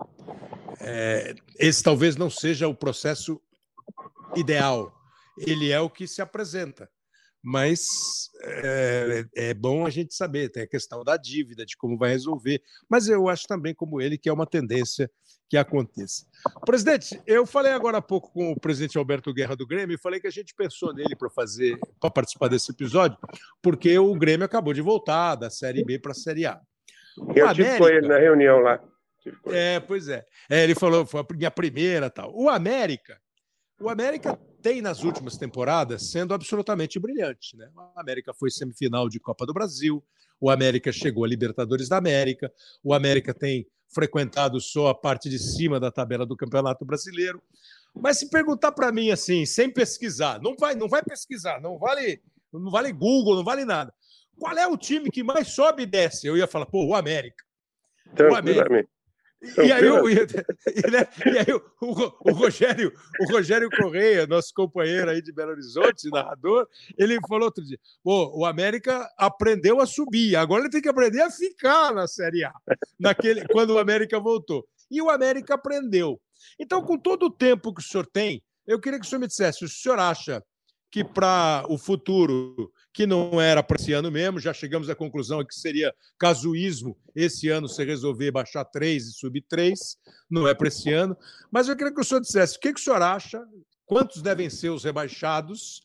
É, esse talvez não seja o processo ideal, ele é o que se apresenta. Mas é, é bom a gente saber, tem a questão da dívida, de como vai resolver, mas eu acho também, como ele, que é uma tendência que aconteça. Presidente, eu falei agora há pouco com o presidente Alberto Guerra do Grêmio e falei que a gente pensou nele para fazer, para participar desse episódio, porque o Grêmio acabou de voltar da Série B para a Série A. O eu América, tive com ele na reunião lá. É, pois é. é. Ele falou, foi a minha primeira tal. O América, o América tem nas últimas temporadas sendo absolutamente brilhante, né? O América foi semifinal de Copa do Brasil, o América chegou a Libertadores da América, o América tem frequentado só a parte de cima da tabela do Campeonato Brasileiro. Mas se perguntar para mim assim, sem pesquisar, não vai, não vai pesquisar, não vale, não vale Google, não vale nada. Qual é o time que mais sobe e desce? Eu ia falar, pô, o América. Tranquilamente. E aí, o, e, né? e aí o, o, o, Rogério, o Rogério Correia, nosso companheiro aí de Belo Horizonte, narrador, ele falou outro dia, pô, o América aprendeu a subir, agora ele tem que aprender a ficar na Série A, naquele, quando o América voltou. E o América aprendeu. Então, com todo o tempo que o senhor tem, eu queria que o senhor me dissesse, o senhor acha que para o futuro, que não era para esse ano mesmo, já chegamos à conclusão que seria casuísmo esse ano você resolver baixar três e subir três, não é para esse ano, mas eu queria que o senhor dissesse o que, que o senhor acha, quantos devem ser os rebaixados,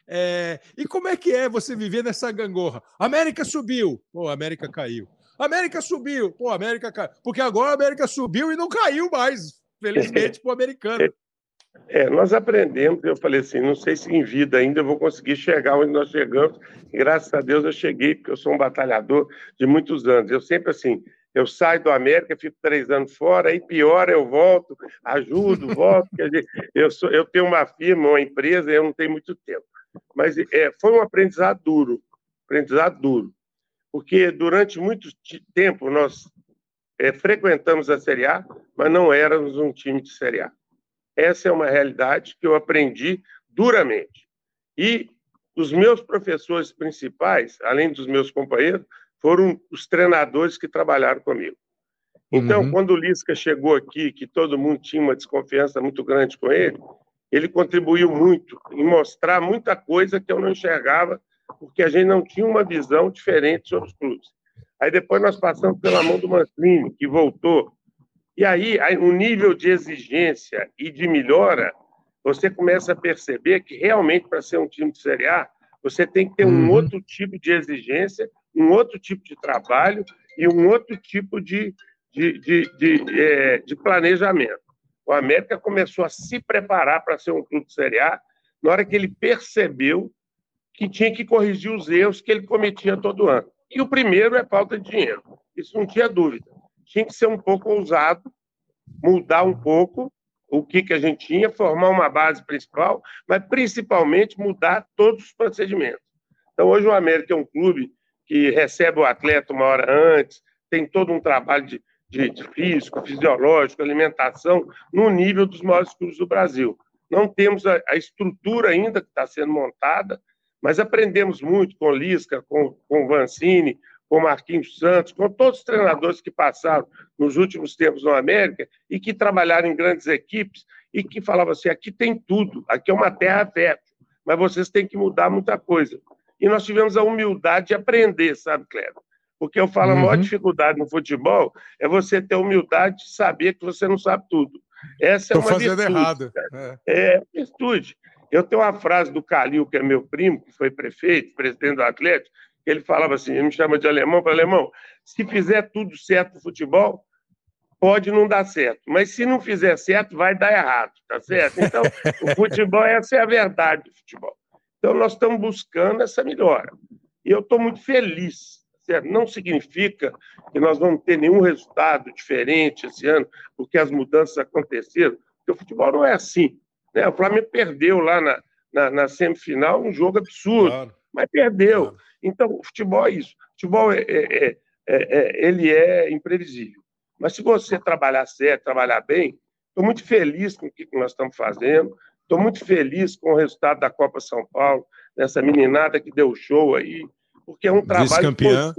é, e como é que é você viver nessa gangorra? América subiu, pô, a América caiu. América subiu, pô, a América caiu. Porque agora a América subiu e não caiu mais, felizmente, para o americano. É, nós aprendemos, eu falei assim, não sei se em vida ainda eu vou conseguir chegar onde nós chegamos, e graças a Deus eu cheguei, porque eu sou um batalhador de muitos anos. Eu sempre assim, eu saio do América, fico três anos fora, aí piora, eu volto, ajudo, volto, quer dizer, eu, sou, eu tenho uma firma, uma empresa, eu não tenho muito tempo. Mas é, foi um aprendizado duro, aprendizado duro, porque durante muito tempo nós é, frequentamos a Série A, mas não éramos um time de Série A. Essa é uma realidade que eu aprendi duramente. E os meus professores principais, além dos meus companheiros, foram os treinadores que trabalharam comigo. Então, uhum. quando o Lisca chegou aqui, que todo mundo tinha uma desconfiança muito grande com ele, ele contribuiu muito em mostrar muita coisa que eu não enxergava, porque a gente não tinha uma visão diferente sobre os clubes. Aí depois nós passamos pela mão do Mancini, que voltou. E aí, o nível de exigência e de melhora, você começa a perceber que realmente, para ser um time de Série A, você tem que ter um uhum. outro tipo de exigência, um outro tipo de trabalho e um outro tipo de, de, de, de, de, é, de planejamento. O América começou a se preparar para ser um clube de Série A na hora que ele percebeu que tinha que corrigir os erros que ele cometia todo ano. E o primeiro é falta de dinheiro. Isso não tinha dúvida. Tinha que ser um pouco ousado, mudar um pouco o que, que a gente tinha, formar uma base principal, mas principalmente mudar todos os procedimentos. Então, hoje o América é um clube que recebe o atleta uma hora antes, tem todo um trabalho de, de, de físico, fisiológico, alimentação, no nível dos maiores clubes do Brasil. Não temos a, a estrutura ainda que está sendo montada, mas aprendemos muito com o Lisca, com, com o Mancini, com o Marquinhos Santos, com todos os treinadores que passaram nos últimos tempos no América e que trabalharam em grandes equipes e que falavam assim, aqui tem tudo, aqui é uma terra fértil, mas vocês têm que mudar muita coisa. E nós tivemos a humildade de aprender, sabe, Cléber? Porque eu falo, uhum. a maior dificuldade no futebol é você ter a humildade de saber que você não sabe tudo. Essa é Tô uma fazendo virtude. Errado. É. é virtude. Eu tenho uma frase do Calil, que é meu primo, que foi prefeito, presidente do Atlético, ele falava assim, ele me chama de alemão, para alemão, se fizer tudo certo no futebol, pode não dar certo, mas se não fizer certo, vai dar errado, tá certo? Então, o futebol, essa é a verdade do futebol. Então, nós estamos buscando essa melhora. E eu estou muito feliz, certo? Não significa que nós vamos ter nenhum resultado diferente esse ano, porque as mudanças aconteceram, porque o futebol não é assim, né? O Flamengo perdeu lá na, na, na semifinal um jogo absurdo, claro. Mas perdeu. Claro. Então, o futebol é isso. O futebol, é, é, é, é, ele é imprevisível. Mas se você trabalhar certo, trabalhar bem, estou muito feliz com o que nós estamos fazendo, estou muito feliz com o resultado da Copa São Paulo, dessa meninada que deu show aí, porque é um trabalho... Vice-campeã.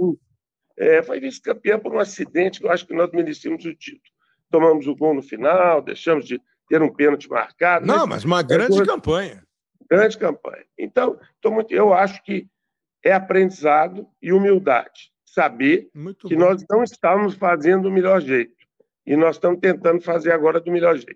É, foi vice-campeã por um acidente que eu acho que nós merecíamos o título. Tomamos o gol no final, deixamos de ter um pênalti marcado. Não, mas uma grande é, campanha. Grande campanha. Então, tô muito, eu acho que é aprendizado e humildade. Saber muito que bom. Nós não estávamos fazendo do melhor jeito. E nós estamos tentando fazer agora do melhor jeito.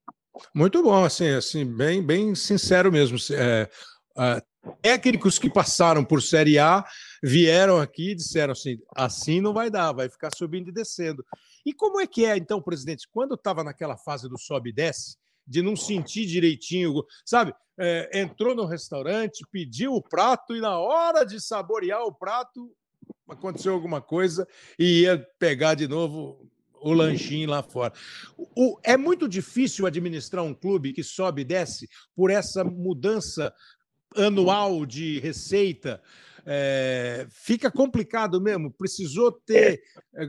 Muito bom, assim, assim bem, bem sincero mesmo. É, é, técnicos que passaram por Série A vieram aqui e disseram assim, assim não vai dar, vai ficar subindo e descendo. E como é que é, então, presidente, quando estava naquela fase do sobe e desce, de não sentir direitinho, sabe? É, entrou no restaurante, pediu o prato e na hora de saborear o prato aconteceu alguma coisa e ia pegar de novo o lanchinho lá fora. O, é muito difícil administrar um clube que sobe e desce por essa mudança anual de receita. É, fica complicado mesmo. Precisou ter é.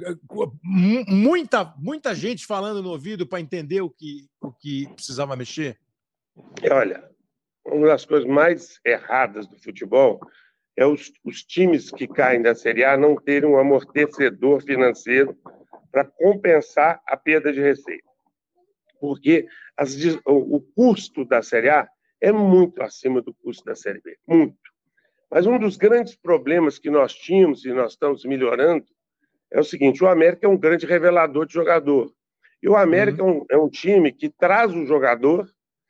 muita, muita gente falando no ouvido para entender o que, o que precisava mexer. Olha, uma das coisas mais erradas do futebol é os, os times que caem da Série A não terem um amortecedor financeiro para compensar a perda de receita. Porque as, o, o custo da Série A é muito acima do custo da Série B, muito. Mas um dos grandes problemas que nós tínhamos e nós estamos melhorando é o seguinte: o América é um grande revelador de jogador. E o América uhum. é, um, é um time que traz o jogador,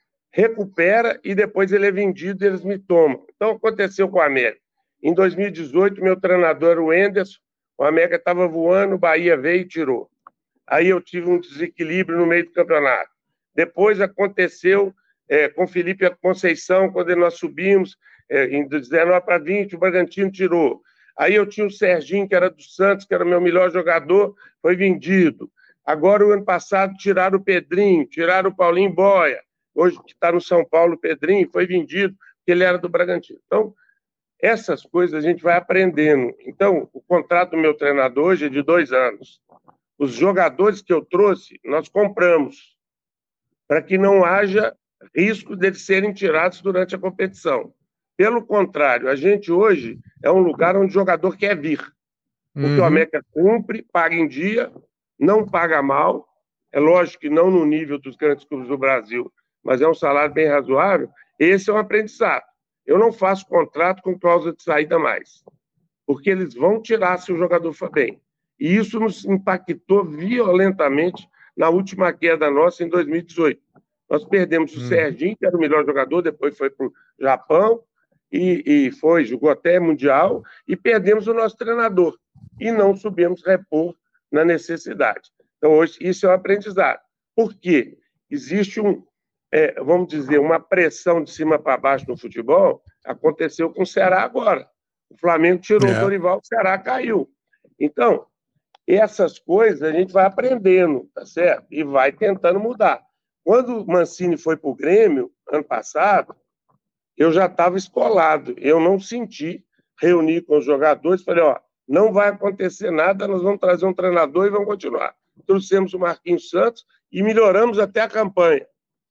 recupera e depois ele é vendido e eles me tomam. Então aconteceu com o América. Em dois mil e dezoito, meu treinador era o Enderson, o América estava voando, o Bahia veio e tirou. Aí eu tive um desequilíbrio no meio do campeonato. Depois aconteceu é, com Felipe Conceição, quando nós subimos, é, em dezenove para vinte, o Bragantino tirou. Aí eu tinha o Serginho, que era do Santos, que era o meu melhor jogador, foi vendido. Agora, o ano passado, tiraram o Pedrinho, tiraram o Paulinho Boia. Hoje, que está no São Paulo, o Pedrinho, foi vendido, porque ele era do Bragantino. Então, essas coisas a gente vai aprendendo. Então, o contrato do meu treinador hoje é de dois anos. Os jogadores que eu trouxe, nós compramos, para que não haja risco deles serem tirados durante a competição. Pelo contrário, a gente hoje é um lugar onde o jogador quer vir. Porque uhum. o América cumpre, paga em dia, não paga mal. É lógico que não no nível dos grandes clubes do Brasil, mas é um salário bem razoável. Esse é um aprendizado. Eu não faço contrato com cláusula de saída mais, porque eles vão tirar se o jogador for bem. E isso nos impactou violentamente na última queda nossa em dois mil e dezoito. Nós perdemos o hum. Serginho, que era o melhor jogador, depois foi para o Japão, e, e foi, jogou até Mundial, e perdemos o nosso treinador. E não subimos repor na necessidade. Então, hoje, isso é um aprendizado. Por quê? Existe um... É, vamos dizer, uma pressão de cima para baixo no futebol. Aconteceu com o Ceará agora. O Flamengo tirou é. o Dorival, o Ceará caiu. Então, essas coisas a gente vai aprendendo, tá certo? E vai tentando mudar. Quando o Mancini foi para o Grêmio, ano passado, eu já estava escolado. Eu não senti, reuni com os jogadores, falei, ó, não vai acontecer nada, nós vamos trazer um treinador e vamos continuar. Trouxemos o Marquinhos Santos e melhoramos até a campanha.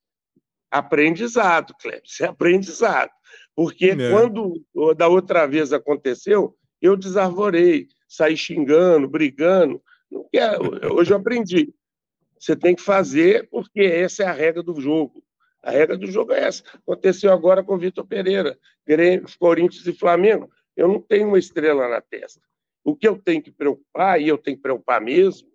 Aprendizado, Cleber, isso é aprendizado. Porque é. quando da outra vez aconteceu, eu desarvorei, saí xingando, brigando. Não quero. Hoje eu aprendi. Você tem que fazer porque essa é a regra do jogo. A regra do jogo é essa. Aconteceu agora com o Vitor Pereira, Grêmio, Corinthians e Flamengo. Eu não tenho uma estrela na testa. O que eu tenho que preocupar, e eu tenho que preocupar mesmo,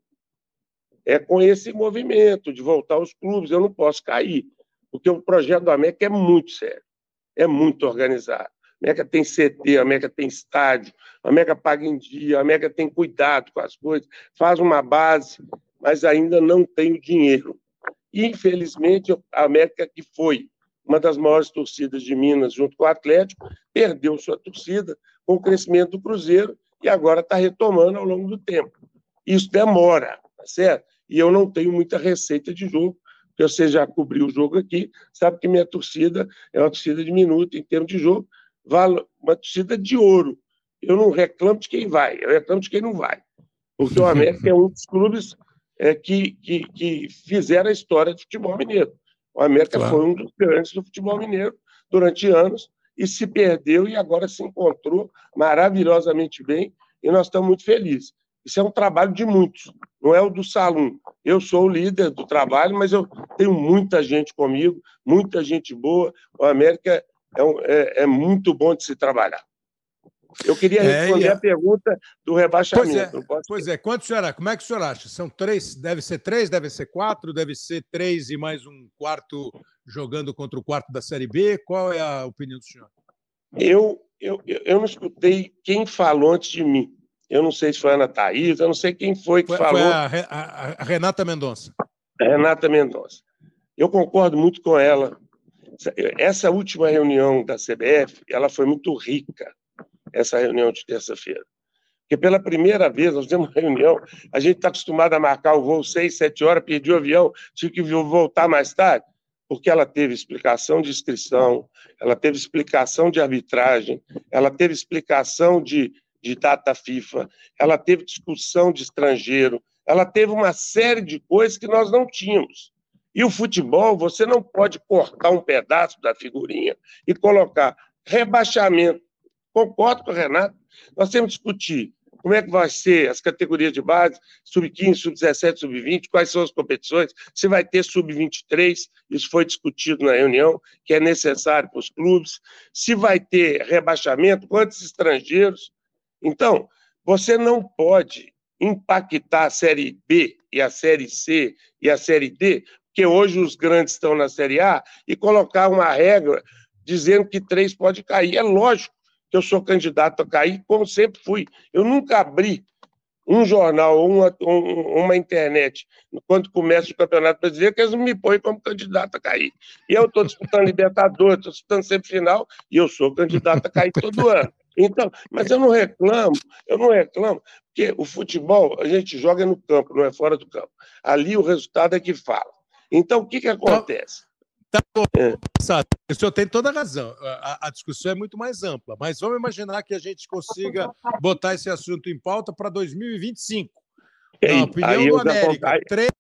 é com esse movimento de voltar aos clubes. Eu não posso cair. Porque o projeto do América é muito sério, é muito organizado. A América tem C T, a América tem estádio, a América paga em dia, a América tem cuidado com as coisas, faz uma base, mas ainda não tem o dinheiro. E, infelizmente, a América, que foi uma das maiores torcidas de Minas, junto com o Atlético, perdeu sua torcida com o crescimento do Cruzeiro e agora está retomando ao longo do tempo. Isso demora, tá certo? E eu não tenho muita receita de jogo, porque você já cobriu o jogo aqui, sabe que minha torcida é uma torcida de minuto em termos de jogo, uma torcida de ouro. Eu não reclamo de quem vai, eu reclamo de quem não vai. Porque o América é um dos clubes é, que, que, que fizeram a história do futebol mineiro. O América claro. foi um dos grandes do futebol mineiro durante anos e se perdeu e agora se encontrou maravilhosamente bem e nós estamos muito felizes. Isso é um trabalho de muitos, não é o do Salum. Eu sou o líder do trabalho, mas eu tenho muita gente comigo, muita gente boa. O América é, um, é, é muito bom de se trabalhar. Eu queria responder é, a... a pergunta do rebaixamento. Pois é, posso... pois é. Quanto será? Como é que o senhor acha? São três? Deve ser três? Deve ser quatro? Deve ser três e mais um quarto jogando contra o quarto da Série B? Qual é a opinião do senhor? Eu, eu, eu não escutei quem falou antes de mim. Eu não sei se foi a Ana Thaís, eu não sei quem foi que foi, falou. Foi a, a, a Renata Mendonça. A Renata Mendonça. Eu concordo muito com ela. Essa última reunião da C B F, ela foi muito rica, essa reunião de terça-feira. Porque pela primeira vez, nós temos uma reunião, a gente está acostumado a marcar o voo seis, sete horas, perdi o avião, tive que voltar mais tarde. porque ela teve explicação de inscrição, ela teve explicação de arbitragem, ela teve explicação de, de data FIFA, ela teve discussão de estrangeiro, ela teve uma série de coisas que nós não tínhamos. E o futebol, você não pode cortar um pedaço da figurinha e colocar rebaixamento. Concordo com o Renato, nós temos que discutir como é que vai ser as categorias de base, sub quinze, sub dezessete, sub vinte, quais são as competições, se vai ter sub vinte e três, isso foi discutido na reunião, que é necessário para os clubes, se vai ter rebaixamento, quantos estrangeiros. Então, você não pode impactar a Série B e a Série C e a Série D, porque hoje os grandes estão na Série A, e colocar uma regra dizendo que três pode cair. É lógico que eu sou candidato a cair, como sempre fui. Eu nunca abri um jornal ou uma, uma internet, quando começa o Campeonato Brasileiro, que eles não me põem como candidato a cair. E eu estou disputando Libertadores, estou disputando semifinal, e eu sou candidato a cair todo ano. Então, mas eu não reclamo, eu não reclamo, porque o futebol a gente joga no campo, não é fora do campo. Ali o resultado é que fala. Então, o que, que acontece? Tá bom, é. O senhor tem toda a razão. A, a discussão é muito mais ampla, mas vamos imaginar que a gente consiga botar esse assunto em pauta para dois mil e vinte e cinco. Na opinião do América, aí, três...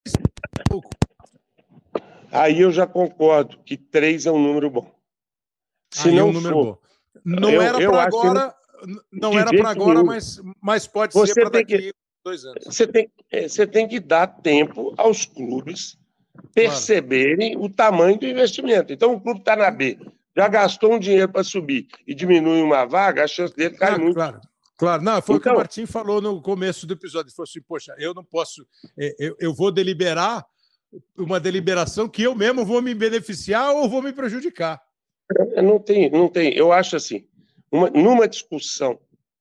aí eu já concordo que três é um número bom. Se aí não é um número for, bom. Não eu, era para agora, não, não era para agora, mas, mas pode você ser para daqui que, a dois anos. Você tem, você tem que dar tempo aos clubes perceberem claro. o tamanho do investimento. Então, o clube está na B, já gastou um dinheiro para subir e diminui uma vaga, a chance dele cai ah, muito. Claro, claro. Não, foi então, o que o Martim falou no começo do episódio. Ele falou assim, poxa, eu não posso... Eu, eu vou deliberar uma deliberação que eu mesmo vou me beneficiar ou vou me prejudicar. Não tem, não tem. Eu acho assim, uma, numa discussão,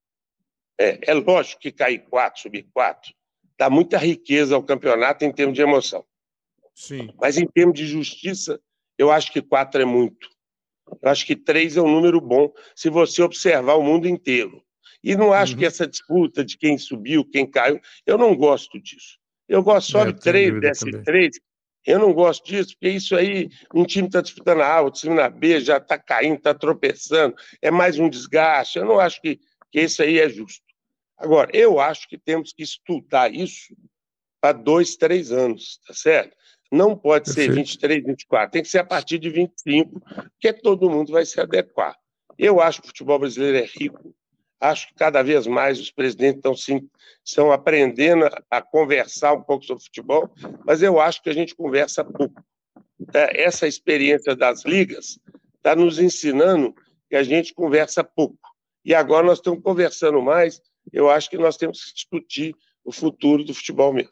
é, é lógico que cair quatro, subir quatro, dá muita riqueza ao campeonato em termos de emoção. Sim. Mas em termos de justiça, eu acho que quatro é muito. Eu acho que três é um número bom se você observar o mundo inteiro. E não acho uhum. que essa disputa de quem subiu, quem caiu, eu não gosto disso. Eu gosto só é, de três, desce três. Eu não gosto disso, porque isso aí, um time está disputando a A, o time na B já está caindo, está tropeçando, é mais um desgaste. Eu não acho que, que isso aí é justo. Agora, eu acho que temos que estudar isso para dois, três anos, tá certo? Não pode Perfeito. ser vinte e três, vinte e quatro, tem que ser a partir de vinte e cinco, porque todo mundo vai se adequar. Eu acho que o futebol brasileiro é rico, acho que cada vez mais os presidentes estão, sim, estão aprendendo a, a conversar um pouco sobre futebol, mas eu acho que a gente conversa pouco. É, essa experiência das ligas está nos ensinando que a gente conversa pouco. E agora nós estamos conversando mais, eu acho que nós temos que discutir o futuro do futebol mesmo.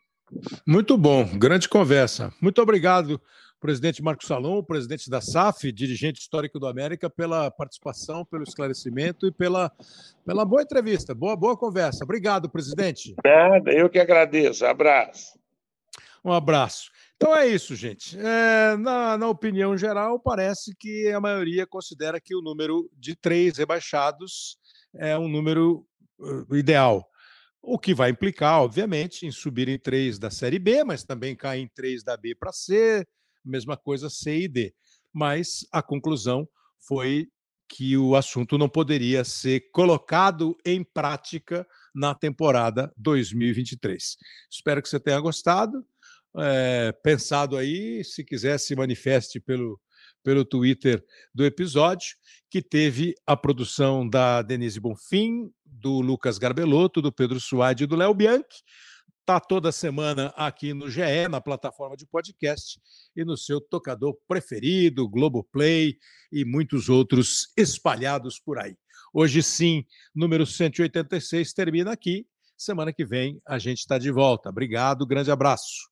Muito bom, grande conversa. Muito obrigado, presidente Marcos Salom, presidente da S A F, dirigente histórico do América, pela participação, pelo esclarecimento e pela, pela boa entrevista, boa, boa conversa. Obrigado, presidente. Nada, eu que agradeço. Abraço. Um abraço. Então é isso, gente. É, na, na opinião geral, parece que a maioria considera que o número de três rebaixados é um número uh, ideal. O que vai implicar, obviamente, em subir em três da Série B, mas também cair em três da B para C, mesma coisa C e D. Mas a conclusão foi que o assunto não poderia ser colocado em prática na temporada dois mil e vinte e três. Espero que você tenha gostado, é, pensado aí, se quiser se manifeste pelo, pelo Twitter do episódio, que teve a produção da Denise Bonfim, do Lucas Garbelotto, do Pedro Suade e do Léo Bianchi. Está toda semana aqui no G E, na plataforma de podcast e no seu tocador preferido, Globoplay e muitos outros espalhados por aí. Hoje sim, número cento e oitenta e seis termina aqui. Semana que vem a gente está de volta. Obrigado, grande abraço.